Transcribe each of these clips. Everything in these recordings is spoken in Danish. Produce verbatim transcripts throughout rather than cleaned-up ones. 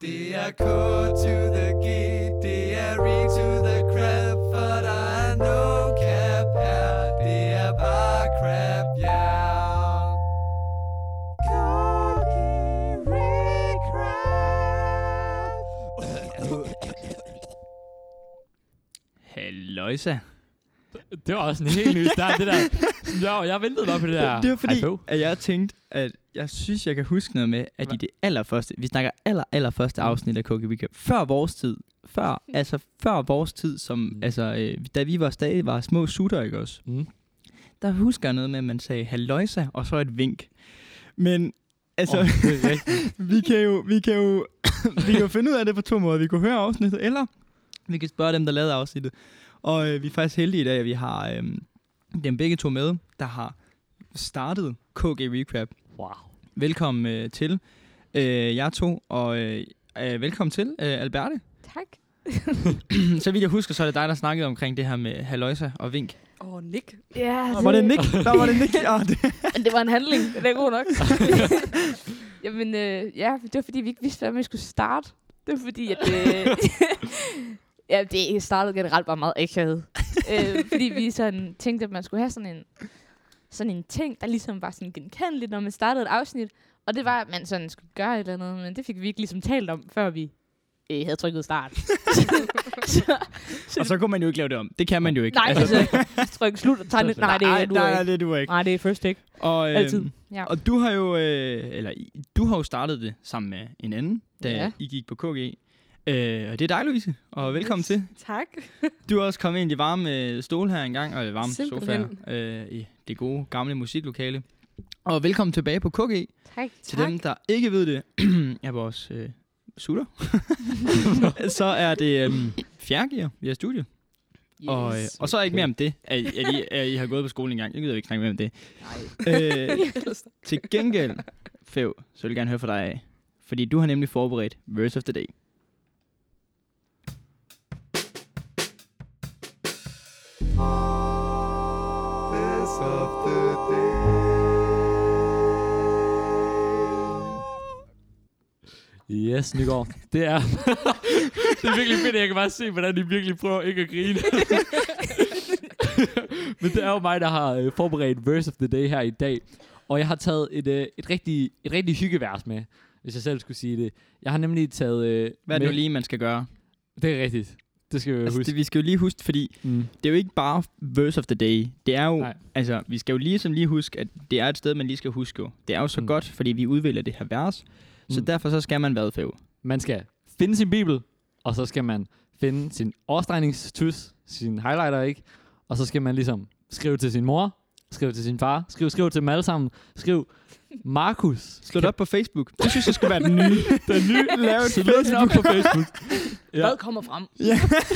Det er K to the G, det er re to the crap, for der er no cap her, det er bare crap, yeah. Halløjsa. Det var også en helt ny start, det der. Jo, jeg ventede bare på det der. Det var fordi, at jeg tænkte, at jeg synes, jeg kan huske noget med, at i det allerførste, vi snakker aller, allerførste afsnit af K G Recap, før vores tid, før, altså før vores tid, som, mm. altså, øh, da vi var stadig var små sutter, ikke også? Mm. Der husker jeg noget med, at man sagde halløjsa, og så et vink. Men, altså, oh, vi kan jo, vi kan jo, vi kan jo finde ud af det på to måder. Vi kan høre afsnittet, eller vi kan spørge dem, der lavede afsnittet. Og øh, vi er faktisk heldige i dag, at vi har øh, dem begge to med, der har startet K G Recap. Wow. Velkommen øh, til øh, jer to, og øh, øh, velkommen til øh, Alberte. Tak. Så vidt jeg husker, så er det dig, der snakkede omkring det her med halløjsa og vink. Åh, oh, Nick. Ja, oh, var det Nick? Der var det Nick. Ja, det. Men det var en handling. Det er god nok. Jamen, øh, ja, det var fordi, vi ikke vidste, hvordan vi skulle starte. Det var fordi, at... Øh, ja, det startede generelt bare meget akavet. øh, fordi vi sådan tænkte, at man skulle have sådan en, sådan en ting, der ligesom var sådan genkendeligt, når man startede et afsnit. Og det var, at man sådan skulle gøre et eller andet, men det fik vi ikke ligesom talt om, før vi øh, havde trykket start. så, så, og så kunne man jo ikke lave det om. Det kan man jo ikke. Nej, altså, tryk slut og tegne. Nej, det er du nej, ikke. det er du ikke. Nej, det er first take. Og, øh, altid. Ja. Og du har jo, øh, eller du har jo startet det sammen med en anden, da ja. I gik på K G. Øh, og det er dig, Louise, og velkommen yes. til. Tak. Du er også kommet ind i varme stol her engang, og varme sofaer øh, i det gode, gamle musiklokale. Og velkommen tilbage på K G. Tak. Til tak. dem, der ikke ved det, er vores øh, sutter. Så er det øh, fjerdegear, vi har studiet. Yes. Og, øh, og så er ikke mere om det, at, at, I, at I har gået på skolen engang. Jeg gider ikke snakke mere om det. Nej. Øh, til gengæld, Fev, så vil jeg gerne høre fra dig af. Fordi du har nemlig forberedt Verse of the Day. Verse of the Day. Yes, Nygaard. Det er det er virkelig fedt, jeg kan bare se, hvordan de virkelig prøver ikke at grine. Men det er jo mig, der har øh, forberedt Verse of the Day her i dag. Og jeg har taget et, øh, et, rigtig, et rigtig hyggevers med, hvis jeg selv skulle sige det. Jeg har nemlig taget... Øh, Hvad er det nu lige, man skal gøre? Det er rigtigt. Det skal vi altså, huske. Det, vi skal jo lige huske, fordi mm. det er jo ikke bare Verse of the Day. Det er jo, Nej. altså, vi skal jo lige, som lige huske, at det er et sted, man lige skal huske. Jo. Det er jo så mm. godt, fordi vi udvælger det her vers. Mm. Så derfor så skal man hvad, Fev? Man skal finde sin bibel, og så skal man finde sin årstregningstus, sin highlighter, ikke? Og så skal man ligesom skrive til sin mor, skrive til sin far, skrive, skrive til dem alle sammen, skrive Markus. Slå det op på Facebook. Det synes jeg skulle være den nye. Den nye, lave et Facebook på Facebook. Ja. Hvad kommer frem? Ja.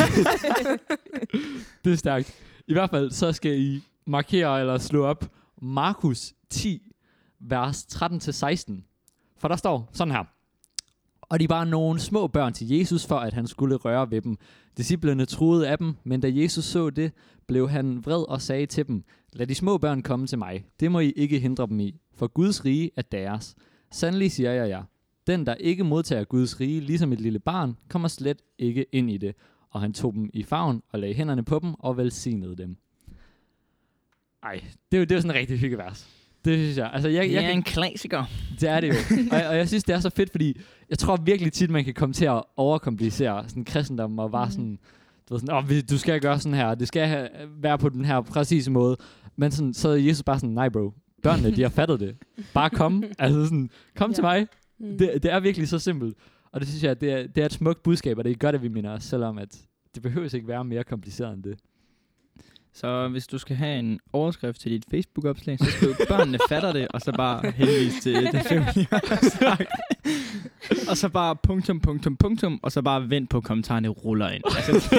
Det er stærkt. I hvert fald, så skal I markere eller slå op Markus ti, vers tretten til seksten. For der står sådan her. Og de bar nogle små børn til Jesus, for at han skulle røre ved dem. Disciplene truede af dem, men da Jesus så det, blev han vred og sagde til dem, lad de små børn komme til mig. Det må I ikke hindre dem i, for Guds rige er deres. Sandelig siger jeg jer, den der ikke modtager Guds rige, ligesom et lille barn, kommer slet ikke ind i det. Og han tog dem i favn og lagde hænderne på dem og velsignede dem. Ej, det er jo, det er jo sådan en rigtig hyggevers. Det synes jeg. Altså, jeg, det er jeg, en klassiker. Det er det jo. og, og jeg synes, det er så fedt, fordi jeg tror virkelig tit, man kan komme til at overkomplicere sådan kristendom og bare sådan, du ved sådan, åh, du skal gøre sådan her, det skal have, være på den her præcise måde. Men sådan, så er Jesus bare sådan, nej bro, børnene, de har fattet det. Bare kom, altså sådan, kom ja. til mig. Mm. Det, det er virkelig så simpelt. Og det synes jeg, det er, det er et smukt budskab, og det er godt, at vi minder os selv om, at det behøves ikke være mere kompliceret end det. Så hvis du skal have en overskrift til dit Facebook-opslag, så skal du børnene fatter det, og så bare henvise til det familie. Og så bare punktum, punktum, punktum, og så bare vent på kommentarerne ruller ind. Altså,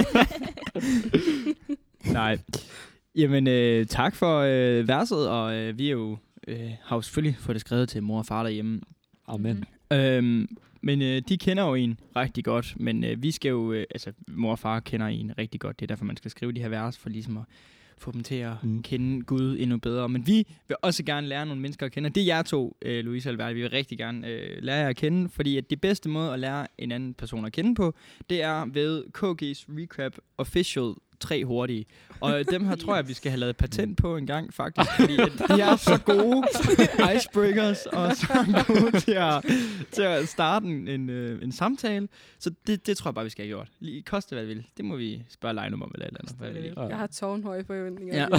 nej. Jamen, øh, tak for øh, verset, og øh, vi er jo, øh, har jo selvfølgelig fået det skrevet til mor og far derhjemme. Amen. Øhm, men øh, de kender jo en rigtig godt, men øh, vi skal jo, øh, altså mor og far kender en rigtig godt, det er derfor man skal skrive de her vers, for ligesom at få dem til at Mm. kende Gud endnu bedre. Men vi vil også gerne lære nogle mennesker at kende. Og det er jer to, øh, Louise og Albert, vi vil rigtig gerne øh, lære jer at kende. Fordi at det bedste måde at lære en anden person at kende på, det er ved K G's Recap Official tre hurtige. Og dem her tror jeg, vi skal have lavet patent på en gang, faktisk. Fordi at de er så gode icebreakers, og så gode til at, til at starte en, en, øh, en samtale. Så det, det tror jeg bare, vi skal have gjort. Lige koste hvad det vil. Det må vi spørge Lejnum om, eller et eller andet. Hvad vi lige. Ja. Jeg har tårnhøje forventninger. Ja.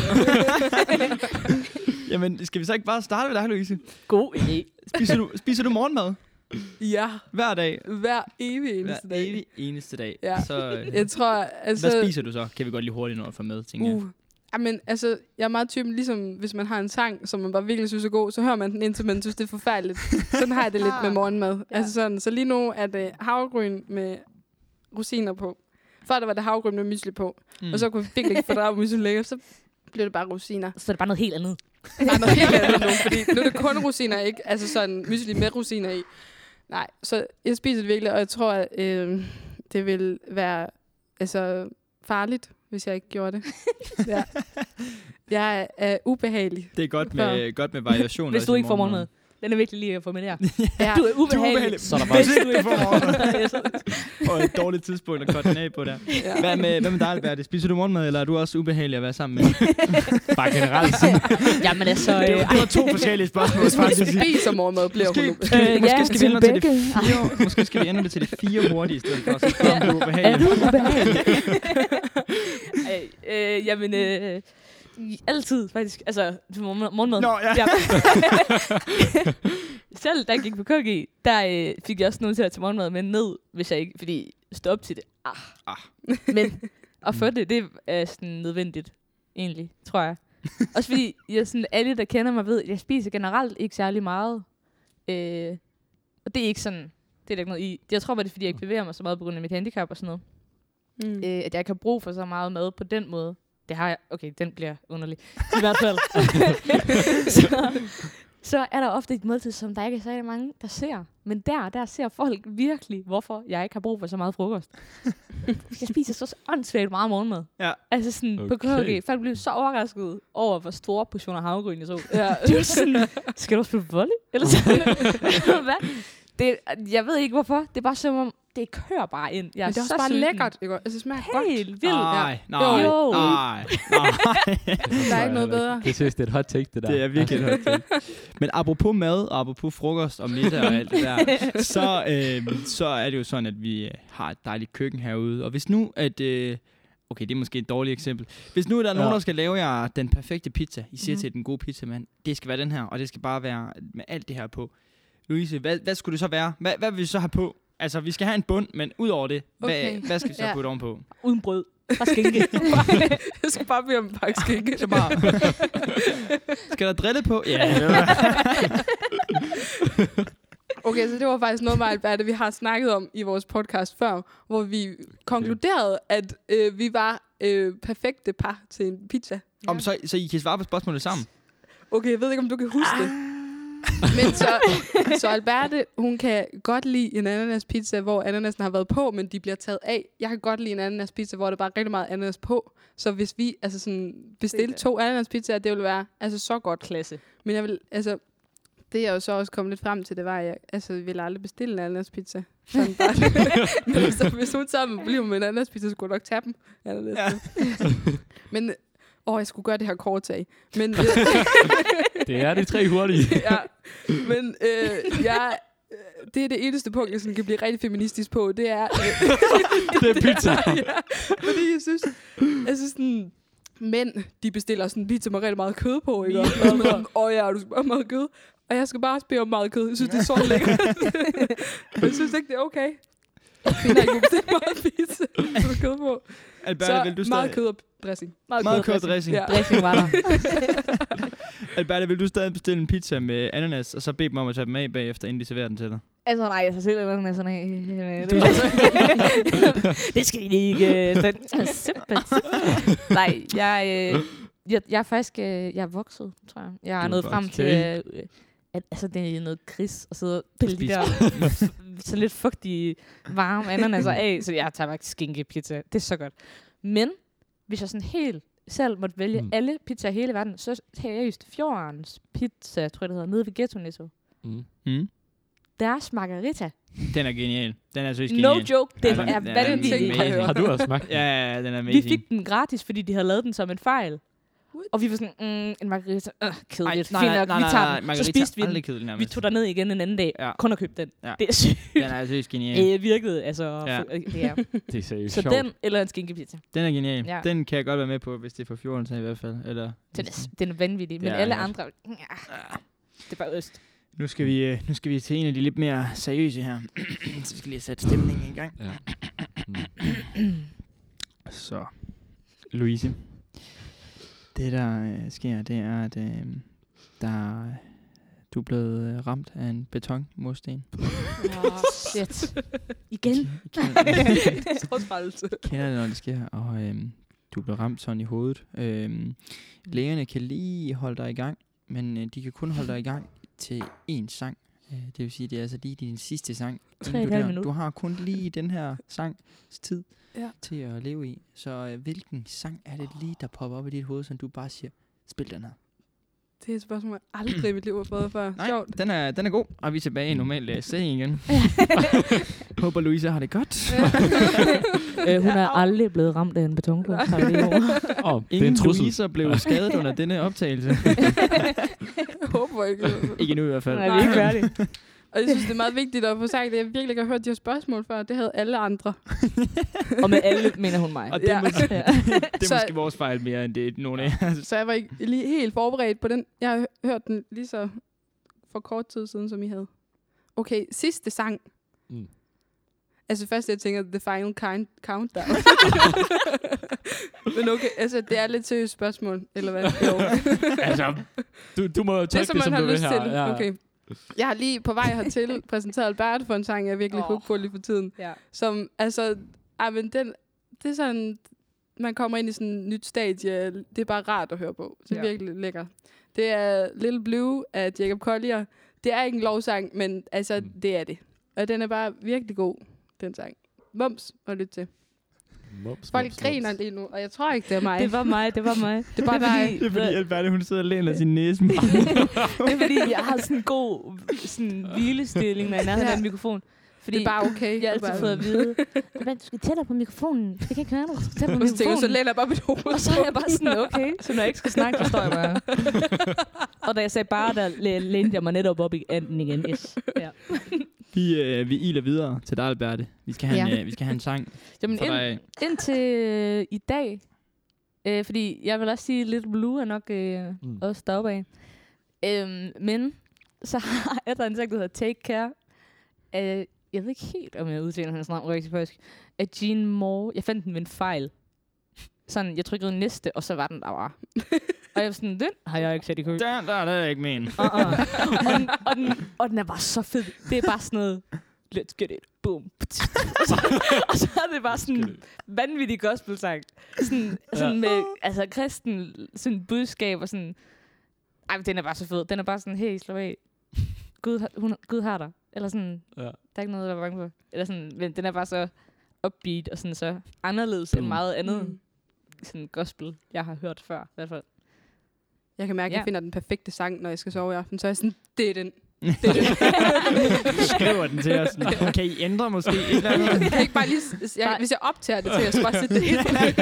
Jamen, skal vi så ikke bare starte med dig, Louise? God idé. Spiser du, spiser du morgenmad Ja, hver dag? hver evig eneste Hver dag. evig eneste dag. Ja. Så, øh, Jeg tror, altså... hvad spiser du så? Kan vi godt lige hurtigt nå at få med, tænker jeg. Uh. Jamen, altså, jeg er meget typen, ligesom hvis man har en sang, som man bare virkelig synes er god, så hører man den indtil man synes, det er forfærdeligt. Sådan har jeg det lidt med morgenmad. Ja. Altså sådan, så lige nu er det havregryn med rosiner på. Før der var det havregryn med mysli på. Mm. Mm. Og så kunne vi virkelig ikke fordrage mysli længere, så blev det bare rosiner. Så er det bare noget helt andet. Nej, noget helt andet nu, fordi nu er det kun rosiner, ikke? Altså sådan mysli med rosiner i. Nej, så jeg spiser det virkelig, og jeg tror, at øh, det vil være altså, farligt, hvis jeg ikke gjorde det. Ja. Jeg er, er ubehagelig. Det er godt med, godt med variation. Hvis også du i ikke får morgenmad. morgenmad. Den er vigtig lige at få med der. Ja. Du er ubehagelig. Så er der bare... Hvis ikke du får morgenmad. Og et dårligt tidspunkt at korte den af på der. Ja. Hvad med, hvad med dig, Albert? Spiser du morgenmad, eller er du også ubehagelig at være sammen med? Bare generelt sådan. Jamen altså... Det Øh, var, det var to forskellige spørgsmål, Hvis man faktisk. spiser morgenmad, bliver hun Måske, ubehagelig. måske, Øh, måske ja, skal vi ændre til det begge. fire, måske skal vi ændre det til det fire hurtige, i stedet for, så spørger om du er er ubehagelig. du ubehagelig? øh, øh, jamen... Øh, altid, faktisk. Altså, til morgen- morgenmad. Nå, ja. Selv da jeg gik på K G, der øh, fik jeg også nogen til at tage morgenmad med ned, hvis jeg ikke, fordi stå op til det. Ah. Ah. Men at få det, det er sådan nødvendigt, egentlig, tror jeg. Også fordi, jeg, sådan, alle, der kender mig, ved, at jeg spiser generelt ikke særlig meget. Øh, og det er ikke sådan, det er der ikke noget i. Jeg tror bare, det er, fordi jeg ikke bevæger mig så meget på grund af mit handicap og sådan noget. Mm. Øh, at jeg kan bruge for så meget mad på den måde. Det har jeg. Okay, den bliver underlig. I hvert fald. så, så er der ofte et måltid, som der ikke er særlig mange, der ser. Men der, der ser folk virkelig, hvorfor jeg ikke har brug for så meget frokost. Jeg spiser så åndssvagt meget morgenmad. Ja. Altså sådan okay. På K G. Folk blev så overrasket over, hvor store portioner havregryn jeg så. Ja. Det var sådan, skal du også spille volley? Eller sådan. Hvad? Det, jeg ved ikke hvorfor. Det er bare som om, det kører bare ind. Jeg er Men det er også så bare sulten. lækkert, ikke? Altså, det smager godt. Helt vildt. Nej, nej, Jo. nej, nej. Der er ikke noget bedre. Det synes, det er et hot take, det der. Det er virkelig et hot take. Men apropos mad, og apropos frokost og middag og alt det der, så, øh, så er det jo sådan, at vi øh, har et dejligt køkken herude. Og hvis nu, at... Øh, okay, det er måske et dårligt eksempel. Hvis nu er der ja. nogen, der skal lave jer den perfekte pizza, I siger mm. til den gode pizzamand, det skal være den her, og det skal bare være med alt det her på. Louise, hvad, hvad skulle det så være? Hvad, hvad vil vi så have på? Altså, vi skal have en bund, men ud over det, Okay. hvad, hvad skal vi så Ja. putte ovenpå? Uden brød. Bare skænke. Jeg skal bare bede om en pakke skænke. Så bare... skal der drille på? Ja. Okay, så det var faktisk noget med Albert, vi har snakket om i vores podcast før, hvor vi konkluderede, at øh, vi var øh, perfekte par til en pizza. Om, så, så I kan svare på spørgsmålet sammen? Okay, jeg ved ikke, om du kan huske det. Men så, så Alberte, hun kan godt lide en ananaspizza, hvor ananasen har været på, men de bliver taget af. Jeg kan godt lide en ananaspizza, hvor der bare er rigtig meget ananas på. Så hvis vi altså sådan bestille to ananaspizzaer, det ville være altså så godt. Klasse. Men jeg vil, altså, det jeg jo så også kommet lidt frem til, det var, at jeg altså, ville aldrig bestille en ananaspizza. Sådan bare. Men så, hvis hun tager med problemer med en ananaspizza, så skulle jeg nok tage dem. Ananas. Ja. Men, åh, jeg skulle gøre det her korttag. Men, øh, Det er de tre hurtige. ja, men øh, jeg, øh, det er det eneste punkt, jeg sådan kan blive rigtig feministisk på, det er... Øh, Det er pizza. ja, fordi jeg synes, jeg synes sådan, mænd, de bestiller sådan en pizza med rigtig meget kød på, ikke? Og sådan noget, åh ja, du skal bare have meget kød. Og jeg skal bare bede om meget kød. Jeg synes, det er så lækkert. Jeg synes ikke, det er okay. Kvinder ikke må bestille meget pizza med kød på. Albert, Så vil du meget stadig... kød og dressing. Meget kød og dressing. Ja. Dressing var der. Albert, vil du stadig bestille en pizza med ananas, og så bede dem om at tage dem af bagefter, inden de serverer den til dig? Altså nej, jeg tager selv eller med sådan af. Det skal I ikke. Simpelthen. Nej, jeg, øh, jeg, jeg er faktisk, øh, jeg er vokset, tror jeg. Jeg er Du er nået frem vokset. til, øh, at altså, det er noget kris, og så pille de Spise. der så lidt fugtige, varme ananaser af, så jeg tager faktisk skinkepizza. Det er så godt. Men hvis jeg sådan helt selv måtte vælge Mm. mm. alle pizzaer i hele verden, så seriøst Fjordens Pizza, tror jeg det hedder, nede ved Ghetto Netto. Mm. Mm. Deres margarita. Den er genial. Den er seriøst No genial. joke, det Ja, er den- den er vanvittigt. amazing. Har du også smagt? Ja, ja, ja, den er Vi amazing. fik den gratis, fordi de havde lavet den som en fejl. What? Og vi var sådan, mm, en margarita, øh, kedeligt. nej, Fint nej, nok, nej, vi nej, tager nej, den. Så margarita spiste vi aldrig den. kedelig Vi nærmest. tog derned igen en anden dag. Ja. Kun at købe den. Ja. Det er sygt. Den er seriøst genial. Øh, virkede, altså. Ja. Ja. Det er. Det er seriøst Så sjovt. den eller en skinkepizza. Den er genial. Ja. Den kan jeg godt være med på, hvis det er for fjorten så i hvert fald. Eller, Den er, den er vanvittig. Men Det er alle godt. andre, ja, det er bare øst. Nu skal vi, øh, nu skal vi til en af de lidt mere seriøse her. Så vi skal lige sætte stemningen i gang. Ja. Så, Louise. Det der øh, sker, det er, at øh, der, du er blevet øh, ramt af en betonmursten. Oh, shit. Igen. Trodsfaldelse. Kender det, når det sker, og øh, du er blevet ramt sådan i hovedet. Øh, lægerne kan lige holde dig i gang, men øh, de kan kun holde dig i gang til én sang. Øh, det vil sige, det er altså lige din sidste sang. Tre inden og et du halvt dør. minut. Du har kun lige den her sang tid Ja. til at leve i. Så øh, hvilken sang er det lige, der popper op i dit hoved, som du bare siger, spil den her? Det er et spørgsmål, jeg aldrig i mit liv har fået før. Nej, Sjovt. den er, den er god, og vi er tilbage i normal uh, setting igen. Håber Louise har det godt. øh, hun er aldrig blevet ramt af en betonklods. Åh, det er Ingen en trussel. Louiser blev skadet under denne optagelse. Jeg håber ikke. Ikke nu i hvert fald. Nej, vi er ikke færdige. Og jeg synes, det er meget vigtigt at få sagt, at jeg virkelig ikke har hørt de her spørgsmål før. Det havde alle andre. Og med alle mener hun mig. Og det er, Ja. måske, Ja. det er Så- måske vores fejl mere, end det er nogen af jer. Så jeg var ikke lige helt forberedt på den. Jeg har hø- hørt den lige så for kort tid siden, som I havde. Okay, sidste sang. Mm. Altså først jeg tænker, The Final kind Countdown. Men okay, altså det er lidt seriøst spørgsmål, eller hvad? Jo. Altså, du, du må jo Det er, tolke som det, man som har du vil lyst her. til. Ja. Okay. Jeg har lige på vej hertil præsenteret Albert for en sang, jeg er virkelig Åh. hooked på lige for tiden. Ja. Som, altså, ej, men den, det er sådan, man kommer ind i sådan et nyt stadie. Det er bare rart at høre på. Det er Ja. virkelig lækker. Det er Little Blue af Jacob Collier. Det er ikke en lovsang, men altså, Mm. det er det. Og den er bare virkelig god, den sang. Mums at lytte til. Mums, Folk mums, griner mums. lige nu, og jeg tror ikke, det er mig. Det var mig, det var mig. Det er bare dig. Det er fordi, Alberte, hun sidder og læner sin næse. Det er fordi, jeg har sådan en god sådan hvilestilling, når jeg er nærheden Ja. af en mikrofon. Fordi Det er bare okay. jeg har altid Bare- fået at vide, "Men du skal tættere på mikrofonen. Det kan ikke høre dig. Du skal tættere på Og så tænker jeg, så mikrofonen. læner jeg bare mit hoved. Og så er jeg bare sådan, okay. Så når jeg ikke skal snakke, så står jeg bare. Og da jeg sagde bare, der læ- lænede jeg mig netop op i anden igen. Yes. Ja. Vi, øh, vi iler videre til dig, Alberte. Vi skal have, en, Ja. øh, vi skal have en sang Jamen, for ind, dig. indtil øh, i dag, øh, fordi jeg vil også sige, Little Blue er nok øh, Mm. mm. også deroppe af. Øhm, men så har jeg der en sang, der hedder Take Care. Øh, jeg ved ikke helt, om jeg udtaler hendes navn rigtig faktisk. Af Jean Moore. Jeg fandt den ved en fejl. Sådan, jeg trykkede næste, og så var den der bare. Og jeg var sådan, den har jeg ikke sat i kø. Der, der, der er jeg ikke med en. Uh-uh. og, den, og, den, og den er bare så fed. Det er bare sådan noget, let's get it, boom. og, så, og så er det bare sådan en vanvittig gospel-sang. Sådan, sådan Ja. med altså, kristen sådan budskab og sådan. Ej, men den er bare så fed. Den er bare sådan, hey, slå af. Gud, har- hun, Gud har dig. Eller sådan, Ja. der er ikke noget, der er bange for. Eller sådan, men den er bare så upbeat og sådan så anderledes Boom. end meget andet Mm. sådan gospel, jeg har hørt før. I hvert fald. Jeg kan mærke, at Ja. jeg finder den perfekte sang, når jeg skal sove i aften. Så er jeg sådan, det er den. Du skriver den til os. Sådan, kan I ændre måske et eller andet? Jeg kan ikke bare lige, s- jeg, hvis jeg optager det til, jeg skal bare sætte det ind.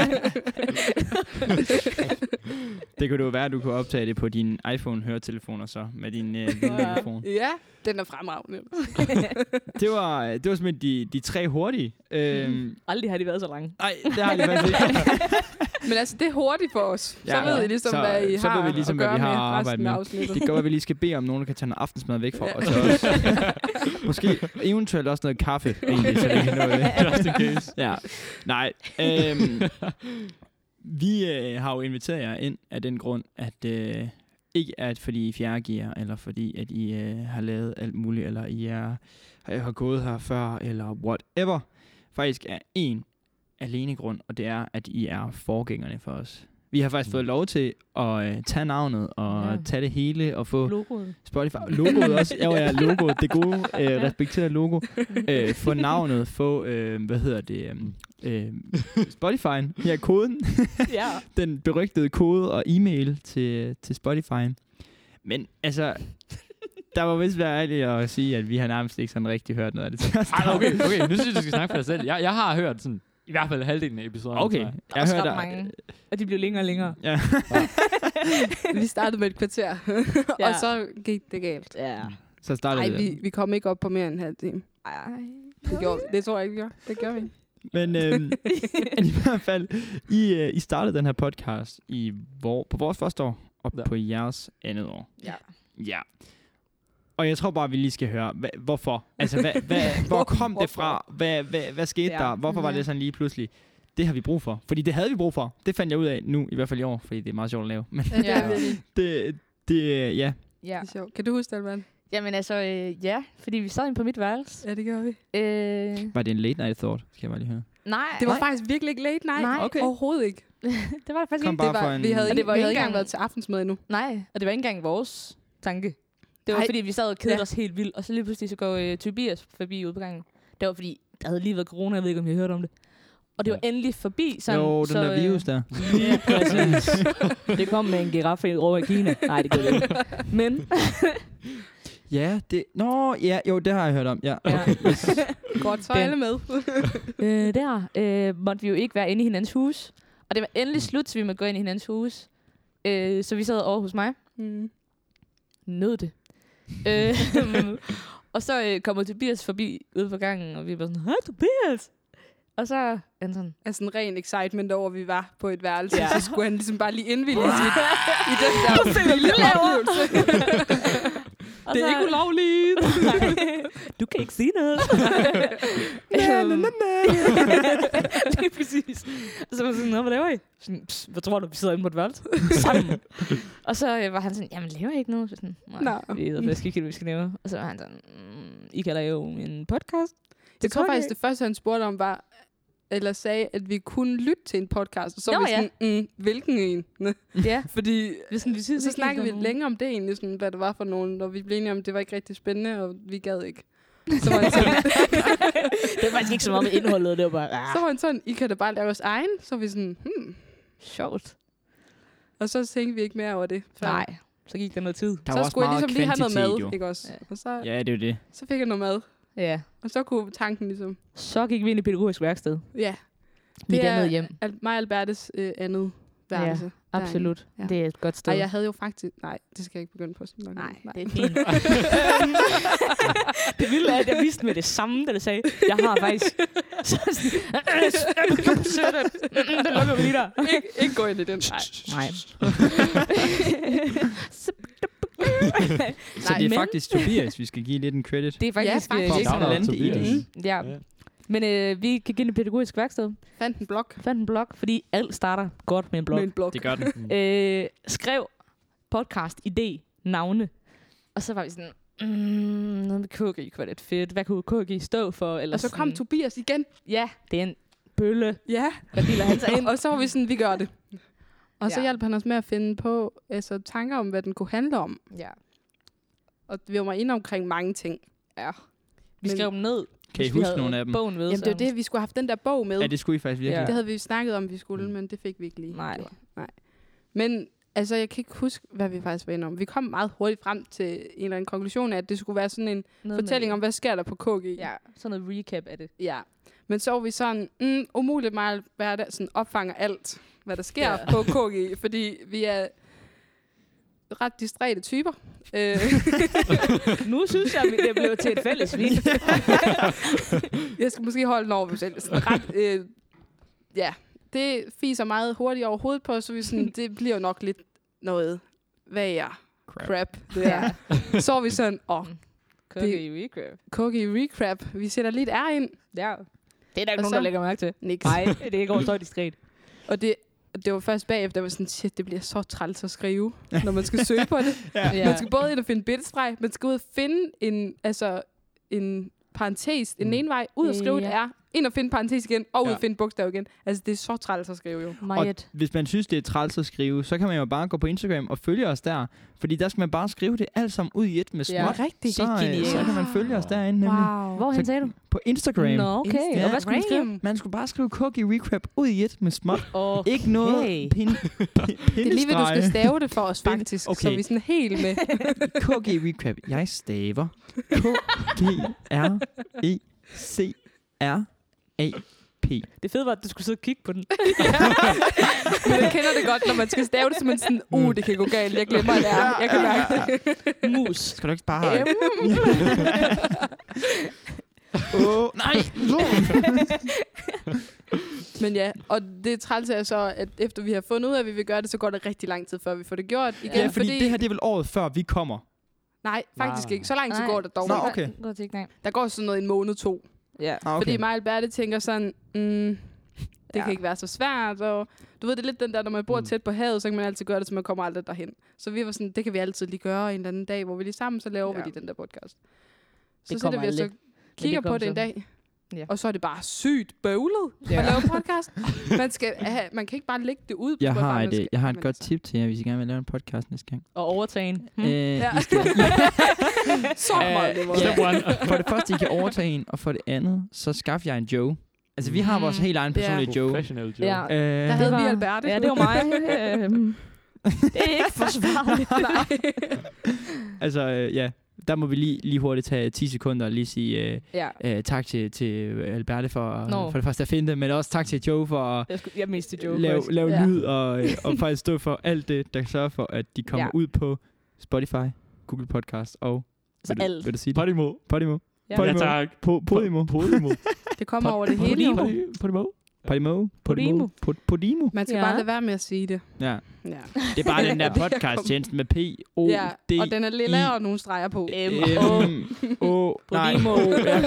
Det kunne det jo være, at du kunne optage det på din iPhone-høretelefoner så, med din øh, mikrofon. Ja, den er fremragende. Det var, det var simpelthen de, de tre hurtige. Øhm, Aldrig har de været så lange. Nej, det har jeg faktisk ikke. Men altså, det er hurtigt for os. Så Ja, ved I ligesom, så- hvad I så har ved vi ligesom, at hvad vi gøre har med at arbejde resten af med. afsnittet. Det kan godt være, at vi lige skal bede om nogen, der kan tage noget aftensmad væk fra Ja. os. Også. Måske eventuelt også noget kaffe, egentlig, så det kan noget. Just in case. Ja, nej. Øhm, vi øh, har jo inviteret jer ind af den grund, at øh, ikke at fordi I er fjerdegear, eller fordi at I øh, har lavet alt muligt, eller I er, har gået her før, eller whatever. Faktisk er en alene grund, og det er, at I er forgængerne for os. Vi har faktisk fået lov til at øh, tage navnet og Ja. tage det hele og få Logoet. Spotify. Logoet også. Ja, ja, logoet. Det gode, øh, respekterede logo. Øh, få navnet, få, øh, hvad hedder det, øh, øh, Spotify. Her koden. Ja. Den berygtede kode og e-mail til, til Spotify. Men altså, der må vist være ærlig at sige, at vi har nærmest ikke sådan rigtig hørt noget af det til os. Ej, okay, okay. Nu synes jeg, du skal snakke for dig selv. Jeg, jeg har hørt sådan, i hvert fald halvdelen af episoderne. Okay, tror jeg. Der er jeg også hørte ret mange. Og de blev længere og længere. Ja. Vi startede med et kvarter, Ja. og så gik det galt. Ja. Så startede Nej, vi. vi, vi kom ikke op på mere end en halv time. Ej. Det, gjorde, det tror jeg ikke, vi gjorde. Det gjorde vi ikke. Men øhm, i hvert fald, I, øh, I startede den her podcast i vor, på vores første år og Ja. på jeres andet år. Ja. Ja. Og jeg tror bare, vi lige skal høre, hva, hvorfor? Altså, hva, hva, hvor kom det fra? Hvad, hvad, hvad skete Ja. der? Hvorfor var Ja. det sådan lige pludselig? Det har vi brug for. Fordi det havde vi brug for. Det fandt jeg ud af nu, i hvert fald i år, fordi det er meget sjovt at lave. Men Ja, det Ja. er virkelig. det, det ja. Ja. Det er sjovt. Kan du huske det, Alman? Jamen altså, øh, ja. Fordi vi sad inde på mit værelse. Ja, det gjorde vi. Øh, Var det en late night thought? Skal jeg bare lige høre. nej. Det var Nej. faktisk virkelig ikke late night. Nej. Okay. Overhovedet ikke. det var det faktisk Kom ikke. bare Det for var, en... vi havde, Og ikke, det var vi ikke havde ikke engang- engang været til aftensmad endnu. Nej, og det var ikke engang vores tanke. Det var Ej. fordi, vi sad og kedede Ja. os helt vildt. Og så lige pludselig så går øh, Tobias forbi ude på gangen. Det var fordi, der havde lige været corona. Jeg ved ikke, om I har hørt om det. Og det var endelig forbi. Sådan, Jo, den så, der virus der. Ja, præcis. Det kom med en giraffe over i Kina. Nej, det gjorde det ikke. Men, Ja, det... Nå, ja, jo, det har jeg hørt om. Ja, ja. okay. Yes. Godt, så er Den- alle med. øh, der øh, måtte vi jo ikke være inde i hinandens hus. Og det var endelig slut, så vi måtte gå ind i hinandens hus. Øh, så vi sad over hos mig. Mm. Nød det. øh, og så øh, kommer Tobias forbi ude på gangen, og vi var sådan, hej Tobias! Og så er han sådan, Altså en ren excitement over, at vi var på et værelse. Ja. Ja. Så skulle han ligesom bare lige indvilges i, i den der finder vilde du laver? oplevelse. og Det er så, ikke ulovligt. du kan ikke sige noget. Na, na, na, na. Lige præcis. Og så var jeg sådan, "Nå, hvad laver I? Sådan, "Pss, hvad tror du, vi sidder inde på et værelse? Sammen. Og så øh, var han sådan, jamen laver I ikke noget? Så sådan, nej, Nå. vi ved faktisk ikke, hvad vi skal lave. Og så var han sådan, mm, I kan lave en podcast. Jeg tror kan faktisk, I. det første, han spurgte om, var, eller sagde, at vi kunne lytte til en podcast. Og så var Nå, vi sådan, mm, hvilken en? Ja, Fordi vi, sådan, vi synes så ikke, snakkede der vi er nogen. længe om det egentlig, sådan, hvad det var for nogen, og vi blev enige om, at det var ikke rigtig spændende, og vi gad ikke. Så var han sådan, Det var faktisk ikke så meget med indholdet, det var bare, så ah, var han sådan, I kan da bare lave vores egen. Så var vi sådan, hmm. sjovt. Og så tænkte vi ikke mere over det. før. Nej, så gik der noget tid. Der var Så også skulle jeg meget ligesom lige have noget kvantitet, mad, jo. ikke også? Ja. Og så, Ja, det er jo det. så fik jeg noget mad. Ja. Og så kunne tanken ligesom, Så gik vi ind i pædagogisk værksted. ja, Mit Det er- andet hjem. Al- mig og Albertes øh, andet værelse. Ja, absolut. Ja. Det er et godt sted. Og jeg havde jo faktisk... Nej, det skal jeg ikke begynde på. Sådan nok. Nej, det er fint. Det vilde er, at jeg vidste med det samme, da det sagde, jeg har faktisk... Så sådan, det lukker vi lige der. ikke, ikke gå ind i den. Nej. Nej. Så det er men- faktisk Tobias, vi skal give lidt en credit. Det er faktisk... Ja, øh, faktisk. ikke Shout sådan out talent i Tobias. det. Mm, ja. Ja. Men øh, vi kan give en pædagogisk værksted. Fandt en blog. Fandt en blog, fordi alt starter godt med en blog. Med en blog. Det gør den. Øh, skrev podcast, idé, navne. Og så var vi sådan, mm, noget med K G kunne være lidt fedt. Hvad kunne K G stå for? Eller Og så kom sådan, Tobias igen. ja, det er en bølle. Ja. Hvad biler han sig ind? Og så var vi sådan, vi gør det. Og så Ja. hjalp han os med at finde på altså, tanker om, hvad den kunne handle om. Ja. Og vi var inde omkring mange ting. Ja. Vi Men- skrev dem ned. Kan I hvis vi huske havde nogle af dem? Bogen ved, Jamen det var så- det, vi skulle have haft den der bog med. Ja, det skulle I faktisk virkelig. Ja. Det havde vi snakket om, vi skulle, men det fik vi ikke lige. Nej. gjort. Nej. Men altså, jeg kan ikke huske, hvad vi faktisk var inde om. Vi kom meget hurtigt frem til en eller anden konklusion af, at det skulle være sådan en Noget fortælling med, om, hvad sker der på K G. Ja, sådan noget recap af det. Ja. Men så var vi sådan, mm, umuligt meget, hvad der sådan opfanger alt, hvad der sker Ja. på K G, fordi vi er ret distræte typer. Øh, Nu synes jeg, at det blev til et fælles vin. jeg skal måske holde den over mig selv. Sådan ret, øh, ja, det fiser meget hurtigt over hovedet på, så vi sådan, det bliver jo nok lidt noget, hvad er Crap. crap. Det er. Så var vi sådan, åh, oh, K G recap. K G recrap, vi sætter lidt R ind. Ja. Det er der ikke Og nogen, så- der lægger mærke til. Niks. Nej, det er ikke over så diskret. Og det, det var først bagefter, jeg var sådan, shit, det bliver så træls at skrive, når man skal søge på det. Ja. Man skal både ind og finde bindestreg, man skal ud og finde en, altså, en parentes, en Mm. ene vej, ud og skrive Ja. et R, ind og finde parentes igen, og ud Ja. og finde bogstav igen. Altså, det er så træls at skrive jo. Og Meget. hvis man synes, det er træls at skrive, så kan man jo bare gå på Instagram og følge os der. Fordi der skal man bare skrive det alt sammen ud i et med Ja, småt. rigtigt. Så, Det er øh, genialt. så kan man følge os derinde nemlig. Wow. Hvorhen Så- sagde du? På Instagram. Nå, okay. Instagram. Og hvad skulle man skrive? Man skulle bare skrive Cookie Recap ud i et med småt. Okay. Ikke noget pin, pin, Det er lige ved, du skal stave det for os, Spin- faktisk. okay. Så vi er sådan helt med. Cookie Recap. Jeg staver K G R E C R A P. Det fede var, at du skulle sidde og kigge på den. Men jeg kender det godt, når man skal stave det, så man sådan, uh, det kan gå galt. Jeg glemmer, at det er. Jeg kan mærke det. Mus. Skal du ikke bare... M. Åh, oh, nej! Men ja, og det træls er så, at efter vi har fundet ud af, at vi vil gøre det, så går det rigtig lang tid, før vi får det gjort igen. Ja, fordi det her det er vel året før vi kommer. Nej, faktisk Nej. ikke. Så lang tid Nej. går der dog. Nå, ikke. okay. Gå til ikke, nej. Der går sådan noget en måned, to. Ja. Ah, Fordi mig og Alberte tænker sådan, mm, det Ja. kan ikke være så svært. Og du ved, det er lidt den der, når man bor Mm. tæt på havet, så kan man altid gøre det, så man kommer aldrig derhen. Så vi var sådan, det kan vi altid lige gøre en eller anden dag, hvor vi lige sammen, så laver Ja. vi lige den der podcast. Så Det sætter kommer vi os aldrig. og kigger det på det en kommer dag. Ja. Og så er det bare sygt bøvlet Ja. at lave en podcast. Man, skal have, man kan ikke bare lægge det ud på Jeg Spotify, har man et, skal- øh, jeg har et men godt altså, tip til jer, hvis I gerne vil lave en podcast næste gang. Og overtage en. Hmm. Øh, Ja. I skal, Så meget det var. Ja. Step one. for det første, I kan overtage en, og for det andet, så skaff jeg en Joe. Altså, vi har vores Mm. helt egen personlige Joe. Professional Joe. Ja. Øh, Der havde var- vi Alberte. Ja, det var mig. Øhm, det er ikke forsvarligt. Nej. altså, øh, ja, der må vi lige, lige hurtigt tage ti sekunder og lige sige øh, Ja. øh, tak til, til Alberte for, Nå. for det første at finde det, men også tak til Joe for at Jeg, skulle, jeg miste Joe. lave, faktisk. lave Ja. lyd og, øh, og faktisk stå for alt det, der sørger for, at de kommer Ja. ud på Spotify, Google Podcast og... Så vil du, alt. vil du sige det? Podimo. Podimo. Ja. Podimo. Ja, tak. Po- Podimo. Podimo. Det kommer over det Pod- hele. jo. Podimo. Podimo. Podimo. Podimo. Pod- Podimo. Man skal Ja. bare lade være med at sige det. Ja. Ja. Det er bare den der podcast-tjeneste med P O D Ja, og den er lille og nogle streger på. M. O nej. Podimo. Ja.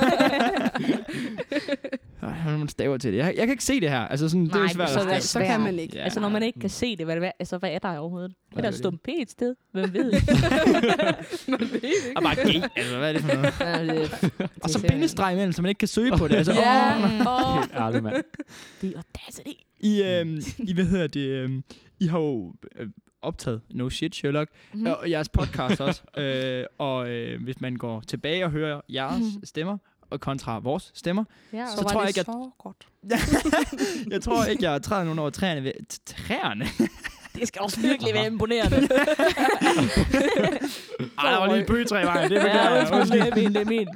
Ej, har man staver til det. Jeg, jeg kan ikke se det her. Altså sådan, det er Nej, jo svært så at er det stave. Så kan svært. man ikke. Ja. Altså, når man ikke kan se det, hvad, det er, altså, hvad er der overhovedet? Er det der er stum P et sted? Hvem ved? Man ved ikke. Og bare G. Altså, hvad er det for noget? Ja, det, Og så bindestreg imellem, så man ikke kan søge på det. Altså, Ja. åh. Åh, Helt ærligt, mand. det er audacity. I, øhm, I, hvad hedder det, øhm, I har jo øh, optaget No Shit Sherlock, Mhm. mm. og jeres podcast også. Øh, og øh, hvis man går tilbage og hører jeres stemmer, og kontra vores stemmer, Ja, så tror jeg ikke, at så godt. jeg tror ikke, jeg træder nogen over træerne ved t- træerne. det skal også virkelig være imponerende. Ej, der var lige et bøgetræ i vejen. Det Ja, beklager jeg. undskyld, det er min, det er min.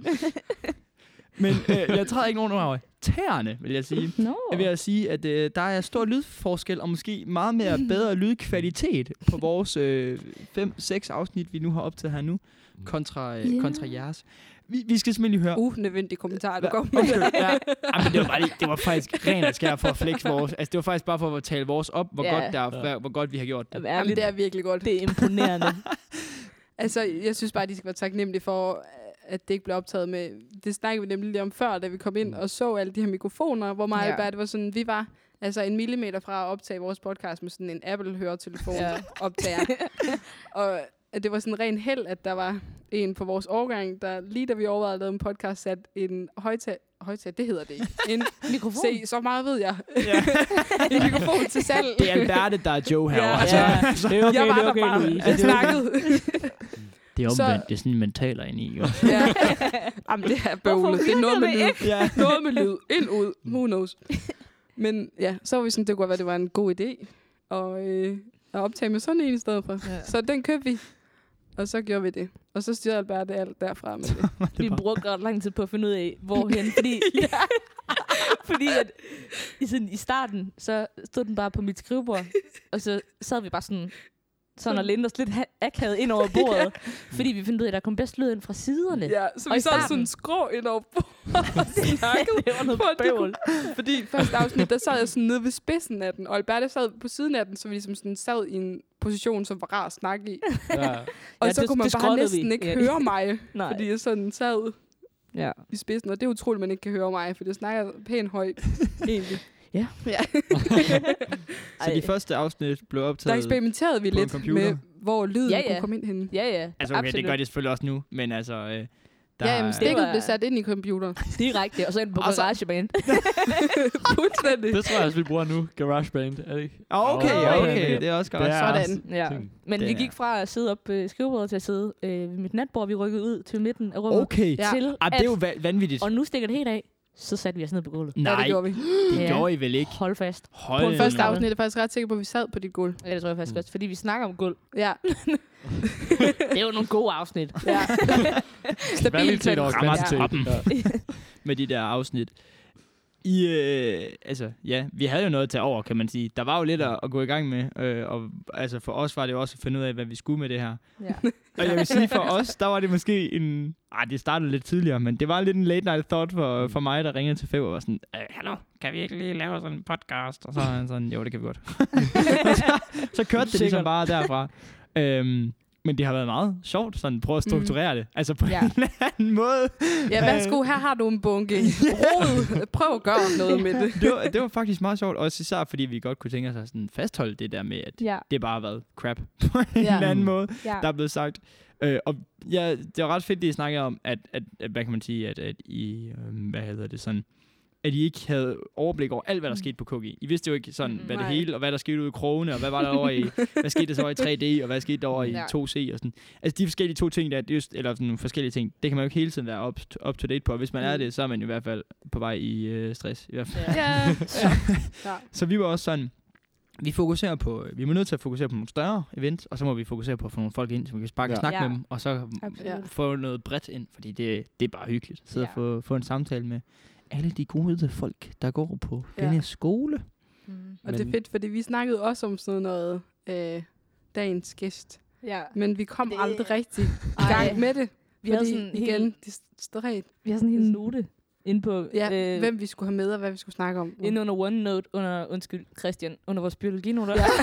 Men øh, jeg træder ikke nogen over tæerne, vil jeg sige. Nå. Jeg vil sige, at øh, der er stor lydforskel, og måske meget mere bedre lydkvalitet på vores øh, fem seks afsnit, vi nu har optaget her nu, kontra, øh, Ja. kontra jeres. Vi, vi skal simpelthen lige høre. Unødvendig kommentar, du Hva- kom med. Undskyld, ja. Jamen, det var bare lige, det var faktisk ren og skær for at flex vores. Altså, det var faktisk bare for at tale vores op, hvor, Ja. godt, der, er, hvor godt vi har gjort det. Jamen, Jamen, ærligt, det er virkelig godt. det er imponerende. Altså, jeg synes bare, de skal være taknemmelige for, at det ikke blev optaget med... Det snakkede vi nemlig lige om før, da vi kom ind og så alle de her mikrofoner, hvor mig Ja. og Albert var sådan, vi var altså en millimeter fra at optage vores podcast med sådan en Apple-høretelefon Ja. optager. Og at det var sådan ren held, at der var en på vores årgang, der lige da vi overvejede at lave en podcast, satte en højtager... Højtager, det hedder det ikke. En, Mikrofon. se, så meget ved jeg. Ja. En mikrofon til salg. Det er Alberte, der er Joe herovre. Ja. Altså, Ja, det er okay, Jeg var det er der okay, bare. Louise. Jeg snakkede. det er Så- omvendt. Det er sådan, man taler ind i. Jo. Ja. Jamen, det er bøvlet. Det er noget med lyd. Ja. Noget med lyd. Ind, ud. Who knows. Men ja, så var vi sådan, det kunne være, det var en god idé. Og øh, at optage med sådan en i stedet for. Ja. Så den købte vi. Og så gjorde vi det. Og så styrede Albert det alt derfra med det. Vi brugte ret lang tid på at finde ud af, hvorhen. Fordi, fordi at, i, sådan, i starten, så stod den bare på mit skrivebord. Og så sad vi bare sådan, sådan og lænede os lidt ha- akavet ind over bordet. Fordi vi fandt ud af, at der kom bedst lyd ind fra siderne. Ja, så Og vi i sad starten- sådan skrå ind over bordet og snakkede. det var noget For at det bøvl. Fordi første afsnit, der sad jeg sådan nede ved spidsen af den, og Albert sad på siden af den, så vi ligesom sådan sad i en position, som var rar at snakke i. Ja. Og Ja, så det- kunne man det bare skrottede næsten vi. ikke Ja. høre mig, Nej. fordi jeg sådan sad Ja. i spidsen, og det er utroligt, at man ikke kan høre mig, for det snakker pænt højt, egentlig. Ja. ja. Så de første afsnit blev Der optaget... eksperimenterede vi på en lidt computer. med, hvor lyden Ja, ja. kunne komme ind henne. Ja, ja. Altså okay, absolut. det gør de selvfølgelig også nu, men altså... Øh, Der, Ja, jamen, Det stikket var- blev sat ind i computeren. Direkte, og så ind på Og så- GarageBand. Fuldstændig. Det tror jeg også, vi bruger nu. GarageBand, er det ikke? Okay, Åh, okay, det er også godt. Det er Sådan. også Ja. ting. Men Det vi er- gik fra at sidde op øh, skrivebordet til at sidde øh, ved mit natbord. Vi rykkede ud til midten af rummet. Okay. Ja. Til Ah, det er jo va- vanvittigt. Og nu stikker det helt af. Så satte vi os ned på gulvet. Ja, Nej, det gjorde vi. det Ja. gjorde I vel ikke. Hold fast. Hold På den første nu. afsnit er jeg faktisk ret sikker på, at vi sad på dit gulv. Ja, det tror jeg faktisk Mm. også. Fordi vi snakker om gulv. Ja. Det er jo nogle gode afsnit. ja. Stabilt. Kvalitet over Rammer kvantitet. toppen. Ja. Med de der afsnit. I, øh, altså, ja, vi havde jo noget at tage over, kan man sige. Der var jo lidt at, at gå i gang med, øh, og altså for os var det jo også at finde ud af, hvad vi skulle med det her. Ja. Og jeg vil sige, for os, der var det måske en... Ej, det startede lidt tidligere, men det var lidt en late night thought for, for mig, der ringede til Fev og var sådan, øh, hallo, kan vi ikke lige lave sådan en podcast? Og så er han sådan, jo, det kan vi godt. Og så, så kørte det ligesom Sikkert. bare derfra. Øhm, men det har været meget sjovt, sådan prøve at strukturere mm. det. Altså på Ja. en eller anden måde. Ja, værsgo, her har du en bunke. Rod. Prøv at gøre noget med det. Det var, det var faktisk meget sjovt, også især fordi vi godt kunne tænke os at sådan fastholde det der med, at Ja. det bare har været crap på en Ja. eller anden måde, Ja. der er blevet sagt. Øh, og ja, det var ret fedt, det I snakkede om, at, at, at hvad kan man sige, at, at I, øh, hvad hedder det sådan, at I ikke havde overblik over alt, hvad der skete på K G. I vidste jo ikke sådan, hvad det Nej. hele, og hvad der skete ude i krogene, og hvad var der over i, hvad skete der så i tre D, og hvad skete der over i Ja. to C, og sådan. Altså de forskellige to ting, der, det er just, eller sådan nogle forskellige ting, det kan man jo ikke hele tiden være up, up to date på, og hvis man er det, så er man i hvert fald på vej i øh, stress, i hvert fald. Ja. Ja. ja. Så vi var også sådan, vi fokuserer på, vi er nødt til at fokusere på nogle større events, og så må vi fokusere på at få nogle folk ind, så vi kan bare kan Ja. snakke Ja. med dem, og så Absolut. få noget bredt ind, fordi det, det er bare hyggeligt. Sidde Ja. og få, få en samtale med alle de gode folk, der går på Ja. denne skole. Mm. Og det er Men- fedt, fordi vi snakkede også om sådan noget øh, dagens gæst. Ja. Men vi kom Det- aldrig rigtig i Ej. gang med det. Vi havde fordi sådan en igen, hel, distræt. vi havde sådan en hel note inde på, Ja, øh, hvem vi skulle have med, og hvad vi skulle snakke om. inde under OneNote, under, undskyld, Christian, under vores biologinoter. Ja.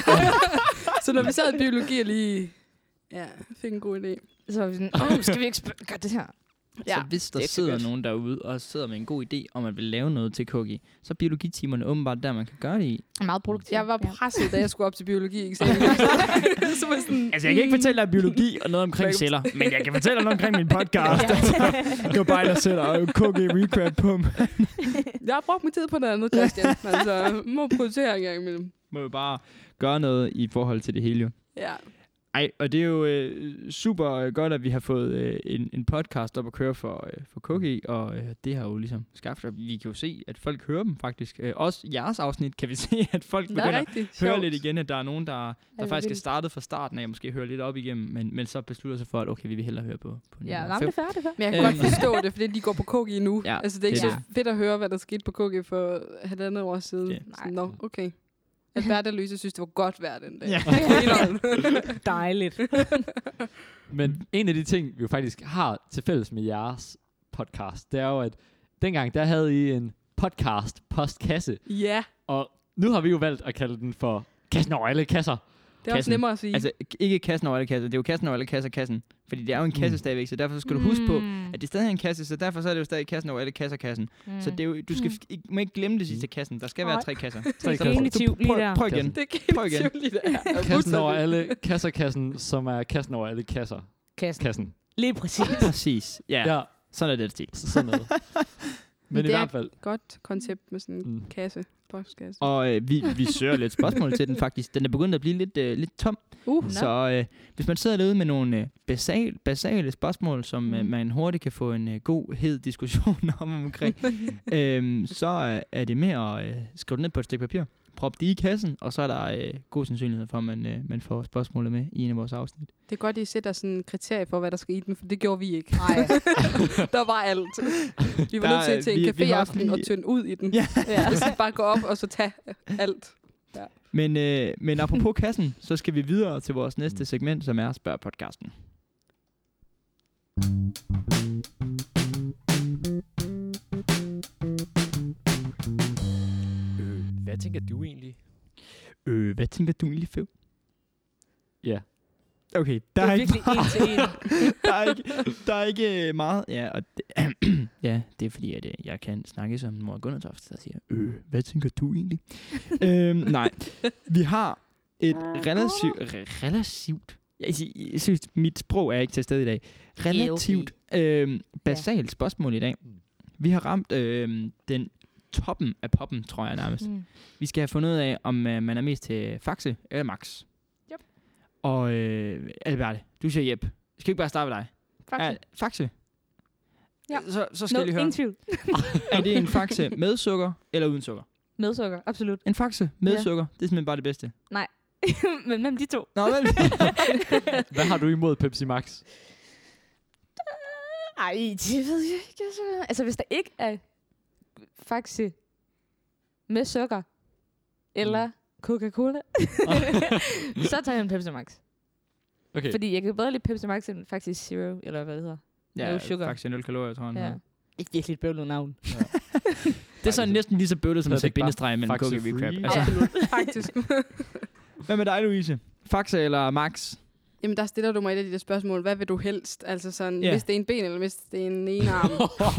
Så når vi sad i biologi og lige ja, fik en god idé. Så var vi sådan, åh, skal vi ikke spørge, gør det her? Ja, så hvis der det er sidder godt. nogen derude og sidder med en god idé om at vil lave noget til K G, så er biologitimerne åbenbart der, man kan gøre det i. Meget produktiv. Jeg var presset, da jeg skulle op til biologi eksamen. Så var jeg sådan, Altså, jeg kan ikke fortælle dig biologi og noget omkring Hvad- celler, men jeg kan fortælle dig noget omkring min podcast. Ja. Det var bare, der sætter K G recap på mig. jeg har brugt min tid på noget andet, Christian. Altså, må prioritere en gang imellem. Må jo bare gøre noget i forhold til det hele, jo. Ja. Ej, og det er jo øh, super øh, godt, at vi har fået øh, en, en podcast op at køre for, øh, for K G, og øh, det har jo ligesom skaffet, at vi kan jo se, at folk hører dem faktisk. Øh, også jeres afsnit kan vi se, at folk Det begynder er at rigtig høre sjovt. lidt igen, at der er nogen, der, der det faktisk er vildt. startet fra starten af, og måske hører lidt op igennem, men, men så beslutter sig for, at okay, vi vil hellere høre på, på Ja, nummer nej, men fem. det er færdigt. Men jeg kan Øhm. godt forstå det, fordi de går på K G nu. Ja, Altså, det er ikke det så er fedt at høre, hvad der skete på K G for halvandet år siden. Det- Sådan, Nå, okay. Alberta Louise synes, det var godt vejr den dag. Ja. Dejligt. Men en af de ting, vi jo faktisk har til fælles med jeres podcast, det er jo, at dengang der havde I en podcast postkasse, Ja, og nu har vi jo valgt at kalde den for kassen over alle kasser. det er også Kassen. nemmere at sige. Altså, ikke kassen over alle kasser, det er jo kassen over alle kasser kassen. Fordi det er jo en kasse Mm. stadigvæk, så derfor skal du huske på, Mm. at det stadig er en kasse, så derfor så er det jo stadig kassen over alle kasser kassen. Mm. Så det er jo, du skal f- ikke, må ikke glemme det sidste kassen. Der skal være Nej. tre kasser. Tre Det er kasser. genitiv lige Prøv, der. prøv igen. det er Prøv igen. genitivt lige der. Kassen over alle kasserkassen, som er kassen over alle kasser. Kassen. Kassen. Lige præcis. Præcis. Ja, ja. Ja, Sådan er det stil. så sådan noget. Men i Det er- hvert fald, Godt koncept med sådan en Mm. kasse. Postkasse. Og øh, vi, vi søger lidt spørgsmål til den faktisk. Den er begyndt at blive lidt, øh, lidt tom. Uh, Nå. Så øh, hvis man sidder derude med nogle øh, basal, basale spørgsmål, som øh, Mhm. man hurtigt kan få en øh, god, hed diskussion om omkring, øh, så øh, er det med at øh, skrive det ned på et stykke papir. Prop det i kassen, og så er der øh, god sandsynlighed for, at man, øh, man får spørgsmålet med i en af vores afsnit. det er godt, I sætter sådan en kriterie for, hvad der skal i den, for det gjorde vi ikke. Nej. Der var alt. Vi var Der nødt til er- at til en vi- vi har også caféaften og lige- tynde ud i den. Ja. Ja. Så bare gå op og så tage alt. Men, øh, men apropos kassen, så skal vi videre til vores næste segment, som er Spørg podcasten. Øh, hvad tænker du egentlig? Øh, hvad tænker du egentlig, Fev? ja. Okay, Det der er er, ikke virkelig en til en. der er ikke, der er ikke øh, meget. Ja, og det, ja, det er fordi, at øh, jeg kan snakke som mor Gunnartoft, der siger, øh, hvad tænker du egentlig? øhm, nej, vi har et relativt, re- relativt Jeg, jeg, jeg synes, mit sprog er ikke til stede i dag. Relativt øh, basalt spørgsmål i dag. Vi har ramt øh, den toppen af poppen, tror jeg nærmest. Mm. Vi skal have fundet ud af, om øh, man er mest til Faxe eller Max. Yep. Og øh, Alberte, du siger Jep. Skal vi ikke bare starte med dig? Faxe. Er, Faxe? Ja. Så, så skal No, jeg lige høre. ingen tvivl. Er det en Faxe med sukker eller uden sukker? Med sukker, absolut. En Faxe med Ja. sukker, det er simpelthen bare det bedste. Men mellem de to. Nå, vel? Hvad har du imod Pepsi Max? Ej, det ved jeg ikke. Altså, altså hvis der ikke er Faxe med sukker, eller Coca-Cola, så tager jeg en Pepsi Max. Okay. Fordi jeg kan bedre lide Pepsi Max end Faxe Zero, eller hvad det hedder. Ja, No sugar. Faxe nul kalorier, tror jeg. Ja. Ja. Et virkelig et bøvlet navn. Det er sådan næsten lige så bøvlet som Så er at det sætte ikke bare bindestreg mellem Faxe Coca Recap. Free? Altså, Absolut. Faktisk. hvad med dig, Louise? Faxe eller Max? Jamen, der stiller du mig et af de der spørgsmål. Hvad vil du helst? Altså sådan, Ja. hvis det er en ben, eller hvis det er en ene arm.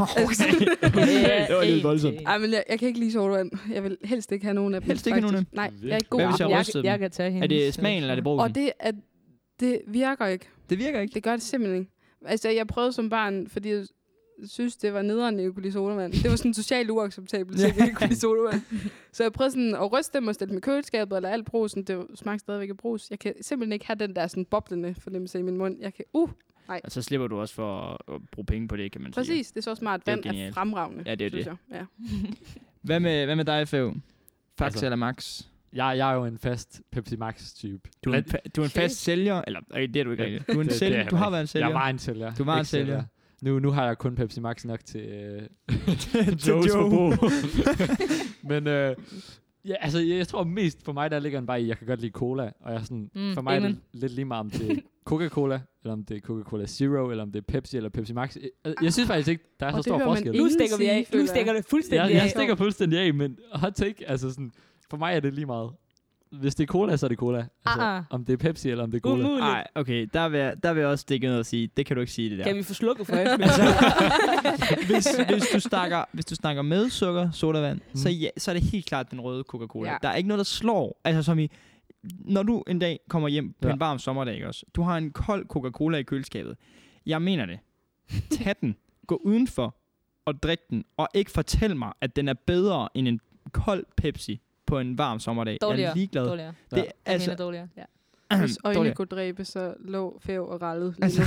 Okay. Det var lidt voldsomt. Ej, men jeg, jeg kan ikke lide sodavand. Jeg vil helst ikke have nogen af dem. Helst ikke have nogen af faktisk. Nej, jeg er ikke god. Hvad hvis jeg jeg, rystede jeg, dem? kan tage hende. Er det smagen, eller er det brugen? Og det, er, det virker ikke. Det virker ikke. Det gør det simpelthen ikke. Altså, jeg prøvede som barn, fordi jeg synes, det var nederen, at jeg kunne lide sodavand. Det var sådan socialt uacceptabelt, at jeg ikke kunne lide sodavand. Så jeg prøvede sådan at ryste dem og stille dem i køleskabet, eller alt brusen. Det smagte stadigvæk af brus. Jeg kan simpelthen ikke have den der sådan boblende fornemmelse i min mund. Jeg kan, uh, Og så slipper du også for at bruge penge på det, kan man sige. præcis. Det er så smart. Det er Vand er, genialt. fremragende. Ja, det er synes det. Jeg. Ja. Hvad med, hvad med dig, Fev? Faxe Altså- eller Max? Jeg, jeg er jo en fast Pepsi Max-type. Du er, en, fa- du er en Okay. fast sælger, eller øh, det er du ikke Ja, rigtigt. Du er en det- det sælger. er jeg Du har ikke. været en sælger. Jeg var en sælger. Du var en Ikke sælger. Nu, nu har jeg kun Pepsi Max nok til, øh, Til Joe's Joe. forbrug. Men øh, ja, altså, jeg, jeg tror mest for mig, der ligger den bare i, jeg kan godt lide cola. Og jeg er sådan, Mm, for mig er amen. det lidt lige meget, om det er Coca-Cola, eller om det er Coca-Cola Zero, eller om det er Pepsi eller Pepsi Max. Jeg, jeg synes faktisk ikke, der er Og så det stor hører man forskel. ikke. Nu stikker vi af. Ingen sige, Nu føler stikker det fuldstændig Jeg, jeg af. stikker fuldstændig af, men hot take, altså sådan, for mig er det lige meget. Hvis det er cola, så er det cola. Altså, Ah, ah. om det er Pepsi, eller om det er cola. Umuligt. Nej, okay, der vil, jeg, der vil jeg også stikke noget og sige, det kan du ikke sige det der. Kan vi få slukket for Altså, højt? hvis, hvis, du snakker, hvis du snakker med sukker, sodavand, Mm. så, ja, så er det helt klart den røde Coca-Cola. Ja. Der er ikke noget, der slår. Altså som i, når du en dag kommer hjem på Ja. en varm sommerdag, ikke også? Du har en kold Coca-Cola i køleskabet. Jeg mener det. Tag den, gå udenfor og drik den, og ikke fortæl mig, at den er bedre end en kold Pepsi på en varm sommerdag. Jeg er Dårligere. ligeglad. Dårligere. Det, Jeg altså, mener dårligere. Ja. Hvis øjnene dårligere. kunne dræbe, så lå Fæv og rallet. Altså,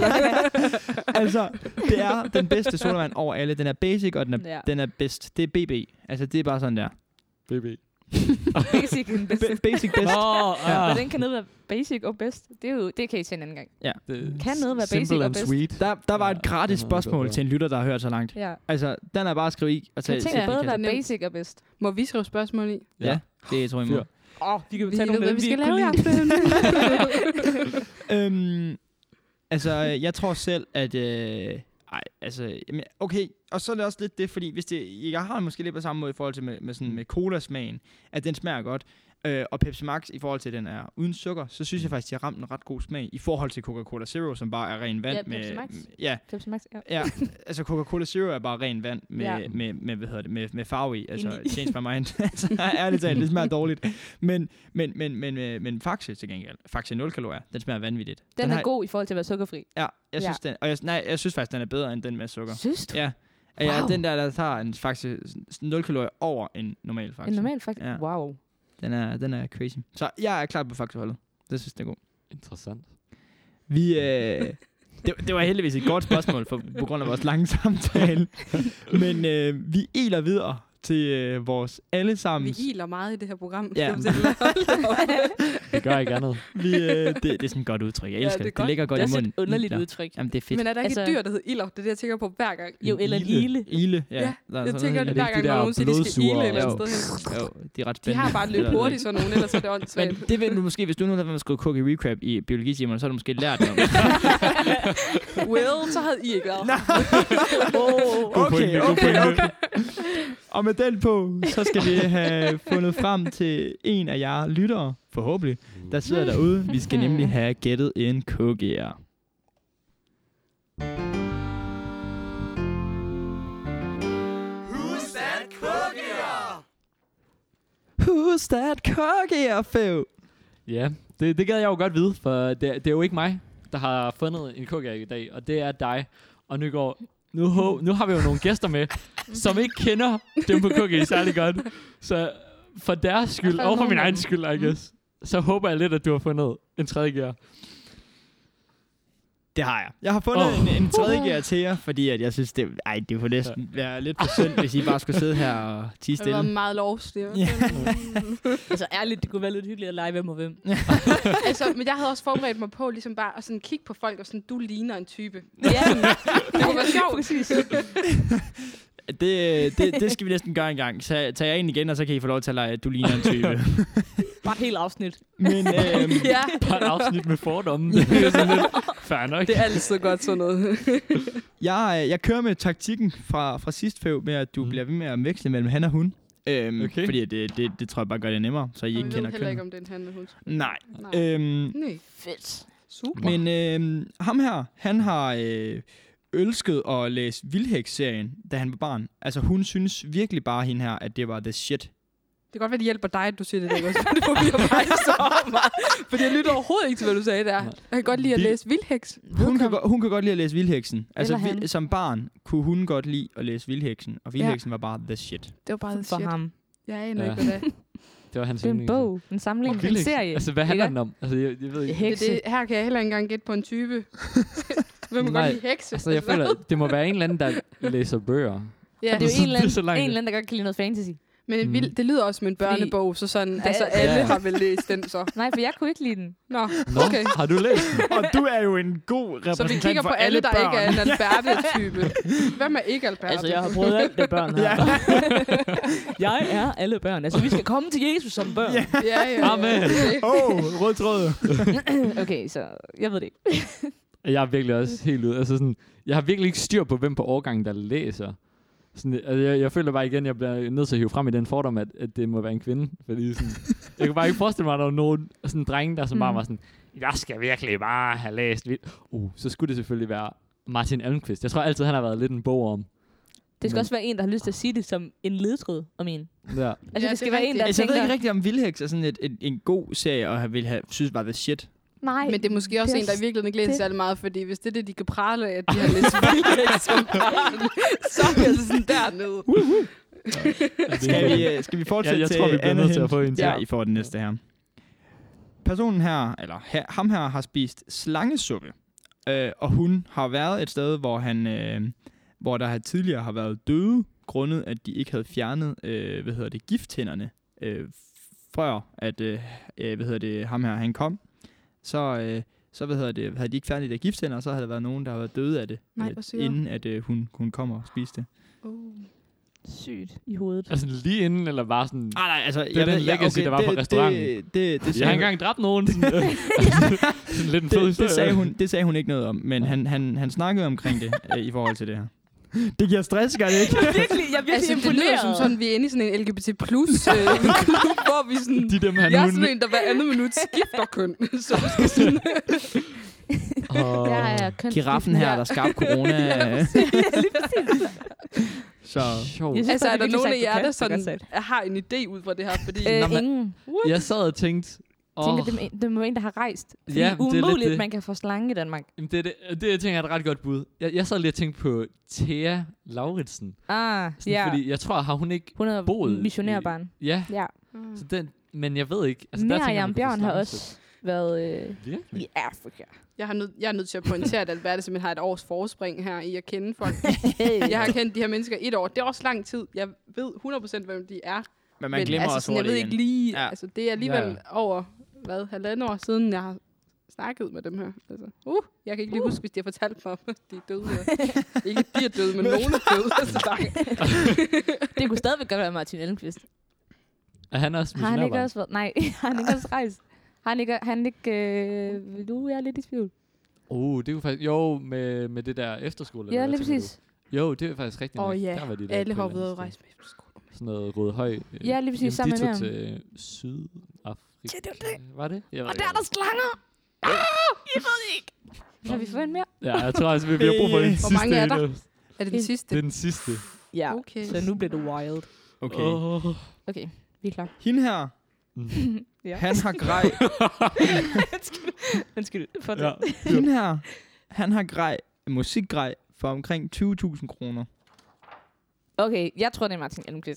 altså, det er den bedste sodavand over alle. Den er basic, og den er, Ja. den er bedst. Det er B B. Altså, det er bare sådan der. B B. Basic den bedste. B- basic bedst. Åh, Ja. Hvordan kan noget være basic og bedst? Det, er jo, det kan I se en anden gang. Kan noget være basic Simple og and bedst? sweet. Der, der var Ja, et gratis det havde jeg spørgsmål godt til en lytter, der har hørt så langt. Ja. Altså, den er bare at skrive i og tage Kan ting sætte både i være kassen. basic og bedst? Må vi skrive spørgsmål i? Ja, det tror jeg Fyr. imod. Åh, oh, vi kan Vi tage ved, nogle hvad af vi dem, skal vi lave i kunne lide. aften. øhm, altså, jeg tror selv, at... Øh, ej, altså... Jamen, okay, og så er det også lidt det, fordi hvis det... Jeg har måske lidt på samme måde i forhold til med, med, sådan, med cola-smagen, at den smager godt. Øh, og Pepsi Max, i forhold til, at den er uden sukker, så synes jeg faktisk, at jeg har ramt en ret god smag i forhold til Coca-Cola Zero, som bare er ren vand Ja, med... Pepsi Max. Ja, Pepsi Max, ja. ja, altså Coca-Cola Zero er bare ren vand med, Ja. med, med, med, hvad hedder det, med, med farve i. Altså, Enig. change my mind. altså, ærligt talt, det smager dårligt. Men, men, men, men, men, men Faxe til gengæld, Faxe nul kalorier, den smager vanvittigt. Den, den er har, god i forhold til at være sukkerfri. Ja, jeg synes, Ja. den, og jeg, nej, jeg synes faktisk, den er bedre end den med sukker. Synes du? Ja, ja Wow. den der, der tager en Faxe nul kalorier over en normal Faxe. En normal faktisk. Ja. Wow. Den er, den er crazy. Så jeg er klar på Faxe-holdet. Det synes jeg er god. Interessant. Vi, øh, det, det var heldigvis et godt spørgsmål for, på grund af vores lange samtale. Men øh, vi iler videre til øh, vores Vi allesammens... iler meget i det her program. Ja. skal jeg fortælle dig. Det gør ikke andet. Vi, øh, det, det er sådan et godt udtryk. Jeg Ja, elsker det er det. Det godt. ligger godt Det er i også munden. et underligt Iler. udtryk. Jamen, det er fedt. Men er der ikke Altså- et dyr, der hedder iler? Det er det, jeg tænker på hver gang. Jo, eller Ile. lille. Ile, ja. Ja, Der er Jeg sådan tænker noget det i hver de gang, der når nogen siger, de skal blodsure ile et eller Jo. andet sted hen. Jo, de er ret De spændende. har bare løbet hurtigt, sådan nogen, ellers er det åndssvagt. Men det vil du måske, hvis du nu havde været med at skrive cookie recap i biologitimerne, så har du måske lært noget. Well, så havde I ikke været. oh, okay, okay, okay. Og med den på, så skal vi have fundet frem til en af jer lyttere, forhåbentlig, der sidder derude. Vi skal nemlig have gættet en cookie. Who's that cookie? Who's that cookie, Fev? Ja, det, det gad jeg jo godt vide, for det, det er jo ikke mig, der har fundet en kokarik i dag, og det er dig. Og Nygaard, nu, ho, nu har vi jo nogle gæster med, som ikke kender dem på kokarik særlig godt. Så for deres skyld, og for min egen skyld, I guess, så håber jeg lidt, at du har fundet en tredje gear. Det har jeg. Jeg har fundet Åh. oh. en, en tredje gear til jer, fordi at jeg synes, det, ej, det kunne næsten være lidt for synd, hvis I bare skulle sidde her og tige Det var stille. meget lovs, det var. Ja. Altså ærligt, det kunne være lidt hyggeligt at lege hvem og hvem. Altså, men jeg havde også forberedt mig på ligesom bare at sådan kigge på folk og sådan, du ligner en type. Ja, Det kunne være sjovt. præcis. Det, det, det skal vi næsten gøre en gang. Så tager jeg ind igen, og så kan I få lov til at lege, at du ligner en type. Bare et helt afsnit. Men øhm, Ja, Bare et afsnit med fordomme. Det er sådan lidt fair nok. det er altid godt sådan noget. jeg, jeg kører med taktikken fra, fra sidst fæv med, at du Mm. mm. bliver ved med at veksle mellem han og hun. Øhm, Okay. Fordi det, det, det tror jeg bare gør det nemmere, så I Jeg ikke ved kender heller ikke, kønnet. om det er en han eller hund. Nej. Nej. Øhm, Nej. Fedt. Super. men øhm, ham her, han har øh, ønsket at læse Vildheks-serien, da han var barn. Altså hun synes virkelig bare hende her, at det var the shit. Det kan godt være, det hjælper dig, at du siger det der, ikke også? Det forvirrer mig så meget. Fordi jeg lytter overhovedet ikke til, hvad du sagde der. Jeg kan godt lide at Vild- læse Vildheks. Hun kan, go- hun kan godt lide at læse Vildheksen. Altså Eller han. vi, som barn kunne hun godt lide at læse Vildheksen, og Vildheksen ja. var bare the shit. Det var bare For shit. ham. Jeg aner Ja. ikke, hvad det er. Det var hans Det er en yndlings- bog, en samling, en Vildheks. serie. Altså, hvad handler Ikke? den om? Altså, jeg, jeg ved ikke. Det, Hekse. det, her kan jeg heller ikke engang gætte på en type. Hvem kan Nej, godt lide hekse? Altså, jeg føler, det må være en eller anden, der læser bøger. Ja, Og det er jo Så en eller det er så anden, langt en væk. eller anden, der godt kan lide noget fantasy. men en vild, det lyder også som en børnebog, så sådan, Det- altså alle Ja. har vel læst den så. Nej, for jeg kunne ikke lide den. Nå, Nå, okay. har du læst den? Og du er jo en god repræsentant Så vi kigger for på alle, der børn. ikke er en Alberte-type. Hvem er ikke Alberte? Altså, jeg har prøvet alt det børn her. Jeg er alle børn. Altså, vi skal komme til Jesus som børn. Ja. Ja, ja, ja. Amen. Åh, oh, rød tråd. Okay, så jeg ved det ikke. Jeg er virkelig også helt ude. Altså sådan, jeg har virkelig ikke styr på, hvem på årgangen, der læser. Sådan, altså jeg, jeg føler bare igen, jeg bliver nødt til at hive frem i den fordom, at, at det må være en kvinde. Fordi sådan, jeg kan bare ikke forestille mig, at der var nogen sådan drenge, der som Mm. bare var sådan, jeg skal virkelig bare have læst vildt. Uh, så skulle det selvfølgelig være Martin Almqvist. Jeg tror altid, han har været lidt en bog om. Det skal Men- også være en, der har lyst til at sige det som en ledtråd om en. Ja. Altså, Ja, det det skal er være en, rigtigt. der Altså, jeg ved tænker... ikke rigtigt, om Vildheks er sådan et, et, en god serie, og have, vil have, synes var the shit. Nej, Men det er måske også Det er en, der i virkeligheden ikke læser det- særlig meget, fordi hvis det er det, de kan prale af, at de har læst Vildheks som barn, så er vi altså sådan dernede. Skal vi, øh, skal vi fortsætte Ja, jeg til tror, vi bliver andet nødt til at hint? få en til. Ja, I får den næste her. Personen her, eller her, ham her, har spist slangesuppe. Øh, og hun har været et sted, hvor han, øh, hvor der har tidligere har været døde, grundet at de ikke havde fjernet, øh, hvad hedder det, gifttænderne, øh, før at, øh, øh, hvad hedder det, ham her, han kom. Så, øh, så hvad hedder det, havde de ikke fjernet de der gifttænder, så havde der været nogen, der havde været døde af det, Nej, øh, hvor siger du? inden at øh, hun, hun kom og spiste det. Uh. sygt i hovedet. Altså lige inden, eller bare sådan... Ah, nej, altså, Det er den legacy, der var på det, restauranten. Det, det, det, Jeg sagde har hun- engang dræbt nogen. Sådan, øh, sådan lidt en fed det, historie. det, sagde hun, det sagde hun ikke noget om, men han, han, han snakkede omkring det øh, i forhold til det her. Det giver stress, gør det ikke? virkelig, jeg er virkelig Altså, det lyder som sådan, vi er inde i sådan en L G B T plus øh, klub, hvor vi sådan... De dem, han Jeg er hun... sådan en, der hver andet minut skifter køn. Så vi skal sådan... Åh. Jeg er kønsskifte. Giraffen her, der skabte corona. Ja, lige præcis. Så Sjovt. Jeg synes, Altså, det er der virkelig nogen af sagt, jer, du der kan, så godt sådan sagt. har en idé ud fra det her? Fordi... Øh, Nå, men- ingen. Jeg sad og tænkte... Jeg tænker, åh, det, må- det må være en, der har rejst. Fordi Ja, ja, det er lidt umuligt, det. man kan få slange i Danmark. jamen, det, er det, det jeg tænker er et ret godt bud. Jeg, jeg sad lige og tænkte på Thea Lauritsen. Ah, Sådan, ja. Fordi jeg tror, har hun ikke... Hun er boet i- missionærbarn. Ja, Ja. Mm. så den, men jeg ved ikke. Altså, der tænker jeg, Miriam man kunne få Bjørn har slangesæt. også været øh, Virkelig? i Afrika. Jeg, har nød, jeg er nødt til at pointere, at Alberte simpelthen har et års forspring her i at kende folk. Jeg har kendt de her mennesker et år. Det er også lang tid. Jeg ved hundrede procent, hvem de er. men man glemmer altså, også sådan, jeg ved hurtigt ikke lige... Ja. Ja. Altså, det er alligevel Ja. ja. over, hvad, halvandet år siden, jeg har snakket med dem her. Altså, uh, jeg kan ikke lige huske, hvis de har fortalt mig om, at de er døde. Ikke at de er døde, men nogen er døde. Altså, der er- Det kunne stadigvæk godt være Martin Elmqvist. Er han også Har han ikke missionærbarn? også været... Nej, har han ikke også rejst? Har han ikke... Har han ikke øh, nu er jeg lidt i tvivl. Oh, det kunne faktisk... Jo, med, med det der efterskole. eller Ja, hvad lige tænker præcis. du? Jo, det er faktisk rigtigt Åh nok. ja, Der var de der alle på har et været eller og andet rejst med efterskole. sted. Sådan noget Rødhøj. øh, Ja, lige præcis, jamen, sammen de med tog til Sydafrika. Ja, det var det. Var det? Jeg ved Og der ikke. er der slanger! Ah, jeg ved det ikke. Kan vi få en mere? Ja, jeg tror altså, vi bliver brug for den Hvor sidste. mange er en der? af- Er det den En- sidste? Det er den sidste. Ja, Okay. så nu bliver det wild. Okay. Åh. Okay, vi er klar. Hende her, Mm. Ja. Han har grej. Undskyld. For Ja. det. Hende her, han har grej, musikgrej for omkring tyve tusind kroner. Okay, jeg tror, det er Martin Elmqvist.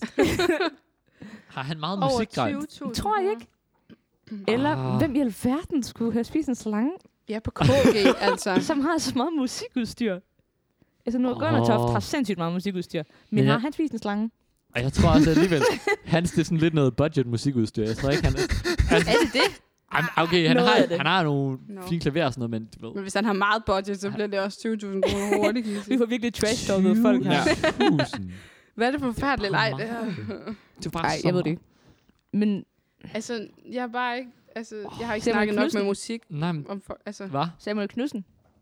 Har han meget Over musikgrej? tyve tusind. Tror jeg ikke. Eller Ah. hvem i alverden skulle have spist en slange, Ja, på K G, altså. som har så meget musikudstyr? Altså nu er Åh. Gunnertoft har sindssygt meget musikudstyr. Men, Men har jeg- han spist en slange? Og jeg tror også alligevel, hans det er sådan lidt noget budget musikudstyr. Jeg tror ikke, han... han Er det det? Jamen, okay, han Noget af har, det. han har nogle Nå. fine klaver og sådan noget, men du ved... Men hvis han har meget budget, så bliver det også tyve tusind kroner hurtigt. kan jeg Vi sige. får virkelig trash-talket folk her. Ja. Tusind. Hvad er det for forfærdeligt leg, det her? Det er bare Nej, så jeg ved det meget. ikke. Men Altså, jeg er bare ikke... Altså, jeg har ikke Samuel snakket nok Knudsen. med musik. Nej, men Om for, altså, hvad? Samuel Knudsen,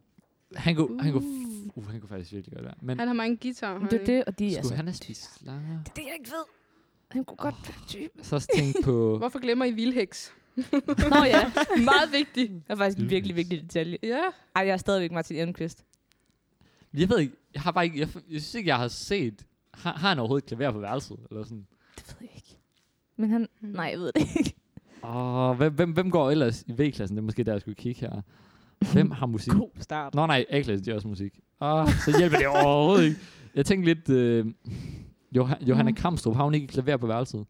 Han kunne, han kunne, uh, han kunne faktisk virkelig godt være. Men han har mange guitar. det er det, og de er skulle altså... han have spist slanger? Det er det, jeg ikke ved. Han kunne godt være typen. Så også tænk på... Hvorfor glemmer I Vildheks? Nå ja, Meget vigtigt. det er faktisk en virkelig vigtig detalje. Ja. Ej, jeg er stadigvæk Martin Elmqvist. Jeg ved ikke, jeg har bare ikke... Jeg, jeg synes ikke, jeg har set... Har, har han overhovedet klaver på værelset? Eller sådan? Det ved jeg ikke. Men han... Nej, jeg ved det ikke. Åh, hvem, hvem, hvem går ellers i V-klassen? Det er måske der, jeg skulle kigge her. Hvem har musik? God start. Nå nej, A-klasse, de har også musik. Åh, så hjælper det overhovedet ikke. Jeg tænkte lidt... Øh, Johan, Johanna Mm. Kamstrup, har hun ikke klaver på værelset?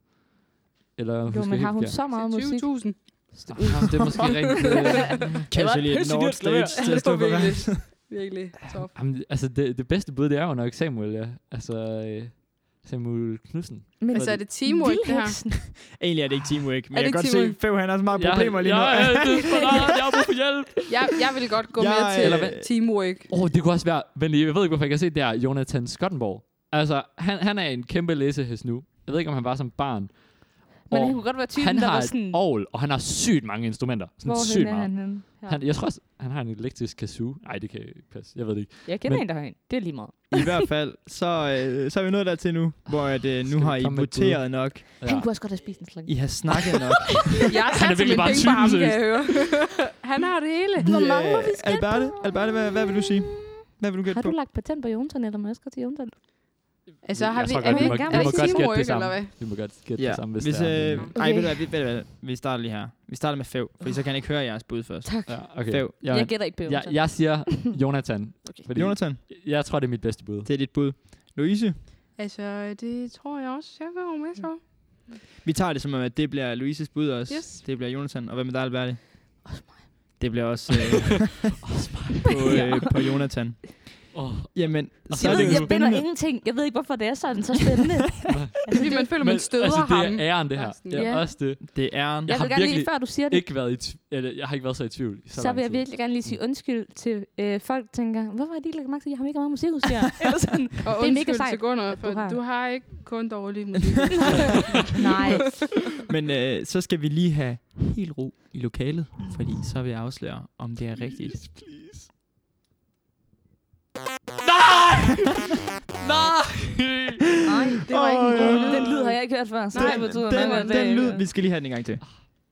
Eller Jo, husker men jeg har helt hun forkert? så meget tyve musik? tusind. Nå, det er måske rent... Øh, Kan jeg lige et Nord Stage til at stå på værelset? Virkelig top. jamen, altså, det, det bedste bud, det er jo nok Samuel, ja. Altså, øh, Samuel Knudsen. Men Altså, er det teamwork, det her? Vildheksen. Egentlig er det ikke teamwork, men Er jeg det kan godt teamwork? se, Fev han har så meget problemer lige nu. Ja, ja, det er desperat. Jeg har brug for hjælp. Jeg, jeg vil godt gå Jeg, med til eller hvad? teamwork. Åh, oh, det kunne også være... Men jeg ved ikke, hvorfor jeg kan se, det er Jonathan Skottenborg. Altså, han, han er en kæmpe læsehest nu. Jeg ved ikke, om han var som barn. Men Og han kunne godt være typen, han der har var et sådan... orgel, og han har sygt mange instrumenter. Sådan sygt Hvorhen er meget. han henne? Ja. Han, jeg tror også, han har en elektrisk kazoo. Nej, det kan ikke passe. Jeg ved det ikke. Jeg kender men- en, der har en. Det er lige meget. I hvert fald, så, øh, så er vi nået dertil nu, hvor at, øh, nu Skal vi har I komme med et voteret nok. Ja. Han kunne også godt have spist en slange. I har snakket nok. Jeg Han er satser virkelig mine bare penge på ham, typen, kan jeg høre. Han har det hele. Vi, Hvor mange må øh, vi skætte Alberte, på? Alberte hvad, hvad vil du sige? Hvad vil du gætte Har på? du lagt patent på Jonathan, eller må jeg skrive til Jonathan? Altså, har Jeg vi, tror er godt, vi vi må, ikke gerne vi er må det godt gætte teamwork, det eller samme. hvad? Vi må godt gætte Ja, det samme, hvis, hvis, det er. øh, Okay. ej, ved du hvad, vi, ved du hvad, vi starter lige her. Vi starter med Fev, for så kan jeg ikke høre jeres bud først. Tak. Ja, okay. Fev. Jeg, Jeg gætter ikke på jeg, Jonathan. jeg siger Jonathan. Okay. Fordi Jonathan, jeg, jeg tror, det er mit bedste bud. det er dit bud. Louise, Altså, det tror jeg også, jeg går med så. vi tager det som om, at det bliver Louises bud også. Yes. Det bliver Jonathan. Og hvad med dig, Alberte? Også mig. Det bliver også øh, Også mig. på, øh, på Jonathan. Oh. Jamen, Og så Jeg er ved, det jeg jo binder spændende. ingenting. Jeg ved ikke, hvorfor det er sådan så spændende. Fordi man føler, man støder altså, ham. det er æren, det her. Sådan, Det er ja. også det. Det er en. Jeg Jeg har vil gerne lige, virkelig før du siger det, Ikke været i tv- eller, jeg har ikke været så i tvivl i så, så lang vil jeg tid. virkelig gerne lige sige undskyld til øh, folk, der tænker, hvorfor har de ikke lagt mærke til, at jeg har mega meget musikudstyr? Eller sådan. Og Det er mega undskyld sejt, til Gunnar, at du for har. du har ikke kun dårlig musik. Nej. Men øh, så skal vi lige have helt ro i lokalet, fordi så vil jeg afsløre, om det er rigtigt. Please, please. Nej! Nej! Nej, det var ikke en Åh, god ja. Den lyd har jeg ikke hørt før. Så Nej, det betyder Den, noget, den, at den det- lyd, vi skal lige have den en gang til.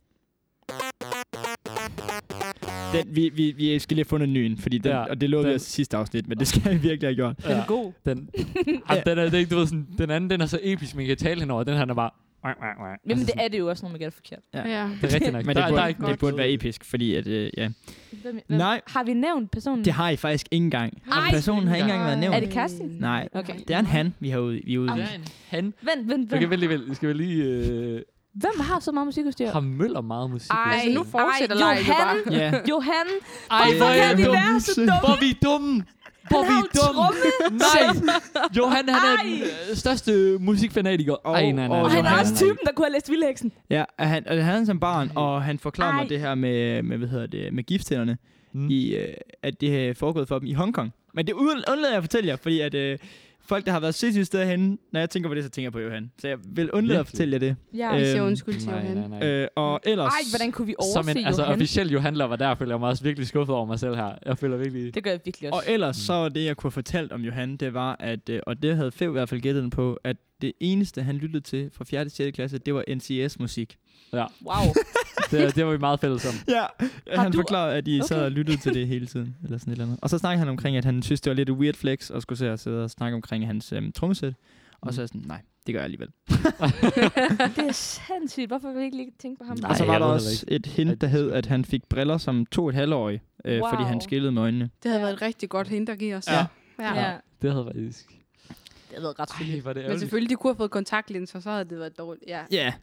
Den, vi, vi, vi skal lige have fundet en ny en, fordi den, Ja, og det lovede vi den- os i sidste afsnit, men det skal vi virkelig have gjort. Den er god. Den, ja. den, er, det er ikke, du ved, sådan, den anden, den er så episk, man kan tale henover. Den her, den er bare... Jamen, det er det jo også, når man gør det forkert. ja. Det er rigtigt nok. Men der, det burde, der er ikke det burde være episk, fordi at, øh, ja. Hvem, hvem, Nej. Har vi nævnt personen? Det har I faktisk ikke engang. Ej. Personen har ikke engang været nævnt. Er det Kerstin? Nej, Okay. det er en han, vi har ude, vi er ude i. Det er en han. Vent, vent, Okay, vent. vent lige, vent. Vi skal vel lige... Øh, Hvem har så meget musikudstyr? har Møller meget musik? Ej, Altså, nu fortsætter ej, lejen jo Johan. bare. Ja. Johan, Ej, hvorfor hvor kan er vi dum. være så dumme? Hvor er vi dumme! Hvor er Han har vi jo dumme! tromme. Nej! Johan, han er den øh, største musikfanatiker. Og- Ej, nej, nej. og Og han er Johan- også typen, der kunne have læst Vildheksen. Ja, og han, og han havde som barn, og han forklarer Ej. mig det her med, med hvad hedder det, med gifttænderne, Mm. i, øh, at det er foregået for dem i Hongkong. Men det uden- undlader jeg at fortælle jer, fordi at øh, folk, der har været sindssygt steder henne, når jeg tænker på det, så tænker jeg på Johan. Så jeg vil undlade at Virkelig? fortælle jer det. Ja. Vi siger Øhm, undskyld til Nej, Johan. nej, nej. Øh, og ellers... Ej, hvordan kunne vi Som overse en altså, Johan? officiel Johanler var der, føler jeg mig også virkelig skuffet over mig selv her. Jeg føler virkelig... Det gør jeg virkelig Og også. ellers så var det, jeg kunne have fortalt om Johan, det var, at, øh, og det havde Fev i hvert fald gættet den på, at det eneste, han lyttede til fra fjerde til sjette klasse, det var N C S-musik. Ja, Wow. det, det var vi meget fælles om. Ja, han du- forklarede, at I okay. sad Okay. og lyttede til det hele tiden, eller sådan et eller andet. Og så snakkede han omkring, at han synes, det var lidt et weird flex, og skulle sidde og sidde og snakke omkring hans øhm, trommesæt. Og så er jeg sådan, nej, det gør jeg alligevel. Det er sindssygt. Hvorfor vil jeg ikke lige tænke på ham? Nej, Og så var jeg der ved også et hint, der hed, at han fik briller som to og et halvt årig, øh, Wow. fordi han skillede med øjnene. Det havde været et rigtig godt hint at give os. Ja. ja. Ja. Det havde faktisk... Det har været ret Ej, sygt. hvor er det Men ærgerligt. selvfølgelig, de kunne have fået kontaktlinser, så havde det været dårligt. Ja. Ja.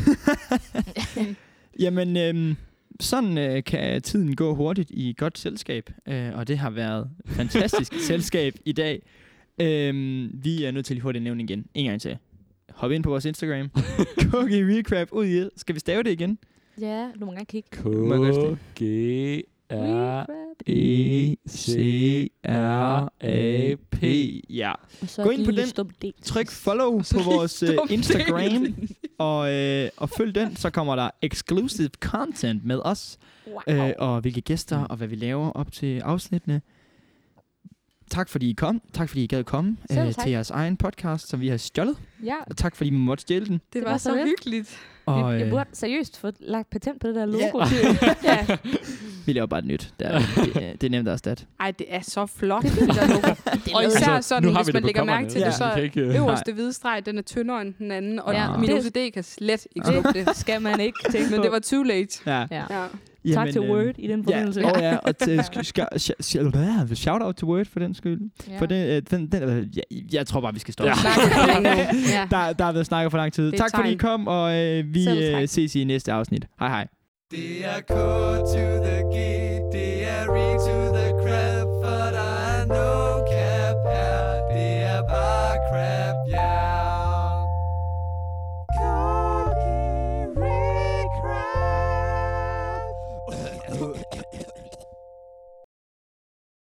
Jamen, øhm, sådan øh, kan tiden gå hurtigt i godt selskab, øh, og det har været fantastisk selskab i dag. Øhm, vi er nødt til lige hurtigt at nævne igen. En gang til. Hop ind på vores Instagram. Cookie Recap ud i. Skal vi stave det igen? Ja, du må gerne kigge. K G R E C R A P. Ja. Og så Gå ind på lige den. stum D. Tryk follow på vores øh, Stum Instagram, del. og, øh, og følg den, så kommer der exclusive content med os. Wow. Øh, og hvilke gæster, og hvad vi laver op til afsnittene. Tak fordi I kom. Tak fordi I gad komme Selv øh, tak. til jeres egen podcast, som vi har stjålet. Ja, Og tak fordi I måtte stjæle den. Det, var var så så lidt. hyggeligt. Og vi, jeg øh, burde seriøst få lagt patent på det der logo. Ja. ja. vi laver bare et nyt. Det er, det, er- det er nemt at erstatte. Ej, det er så flot, det der logo. Og især Altså, sådan, nu har hvis vi det man på lægger mærke coverne. til Ja. det, så Vi kan ikke, øh, øverste hvide streg, den er tyndere end den anden, og Ja. min O Det- C D kan slet ikke slukke det. Det skal man ikke tænke Men på. det var too late. Ja. Ja. Ja. Tak til Word i den forbindelse. Ja, oh, ja, og til, sk- sk- sk- sk- shout out til Word for den skyld. Ja. For den, øh, den, den, øh, ja, jeg tror bare, vi skal stoppe. Ja. Ja. Der, der er blevet snakket for lang tid. Det er Tak fordi I tegn. kom, og øh, vi Selv tak. øh, ses i næste afsnit. Hej hej. Det er K to the G, det er E to the crap, for der er no cap her. Det er bare crap, ja. Cookie Recap.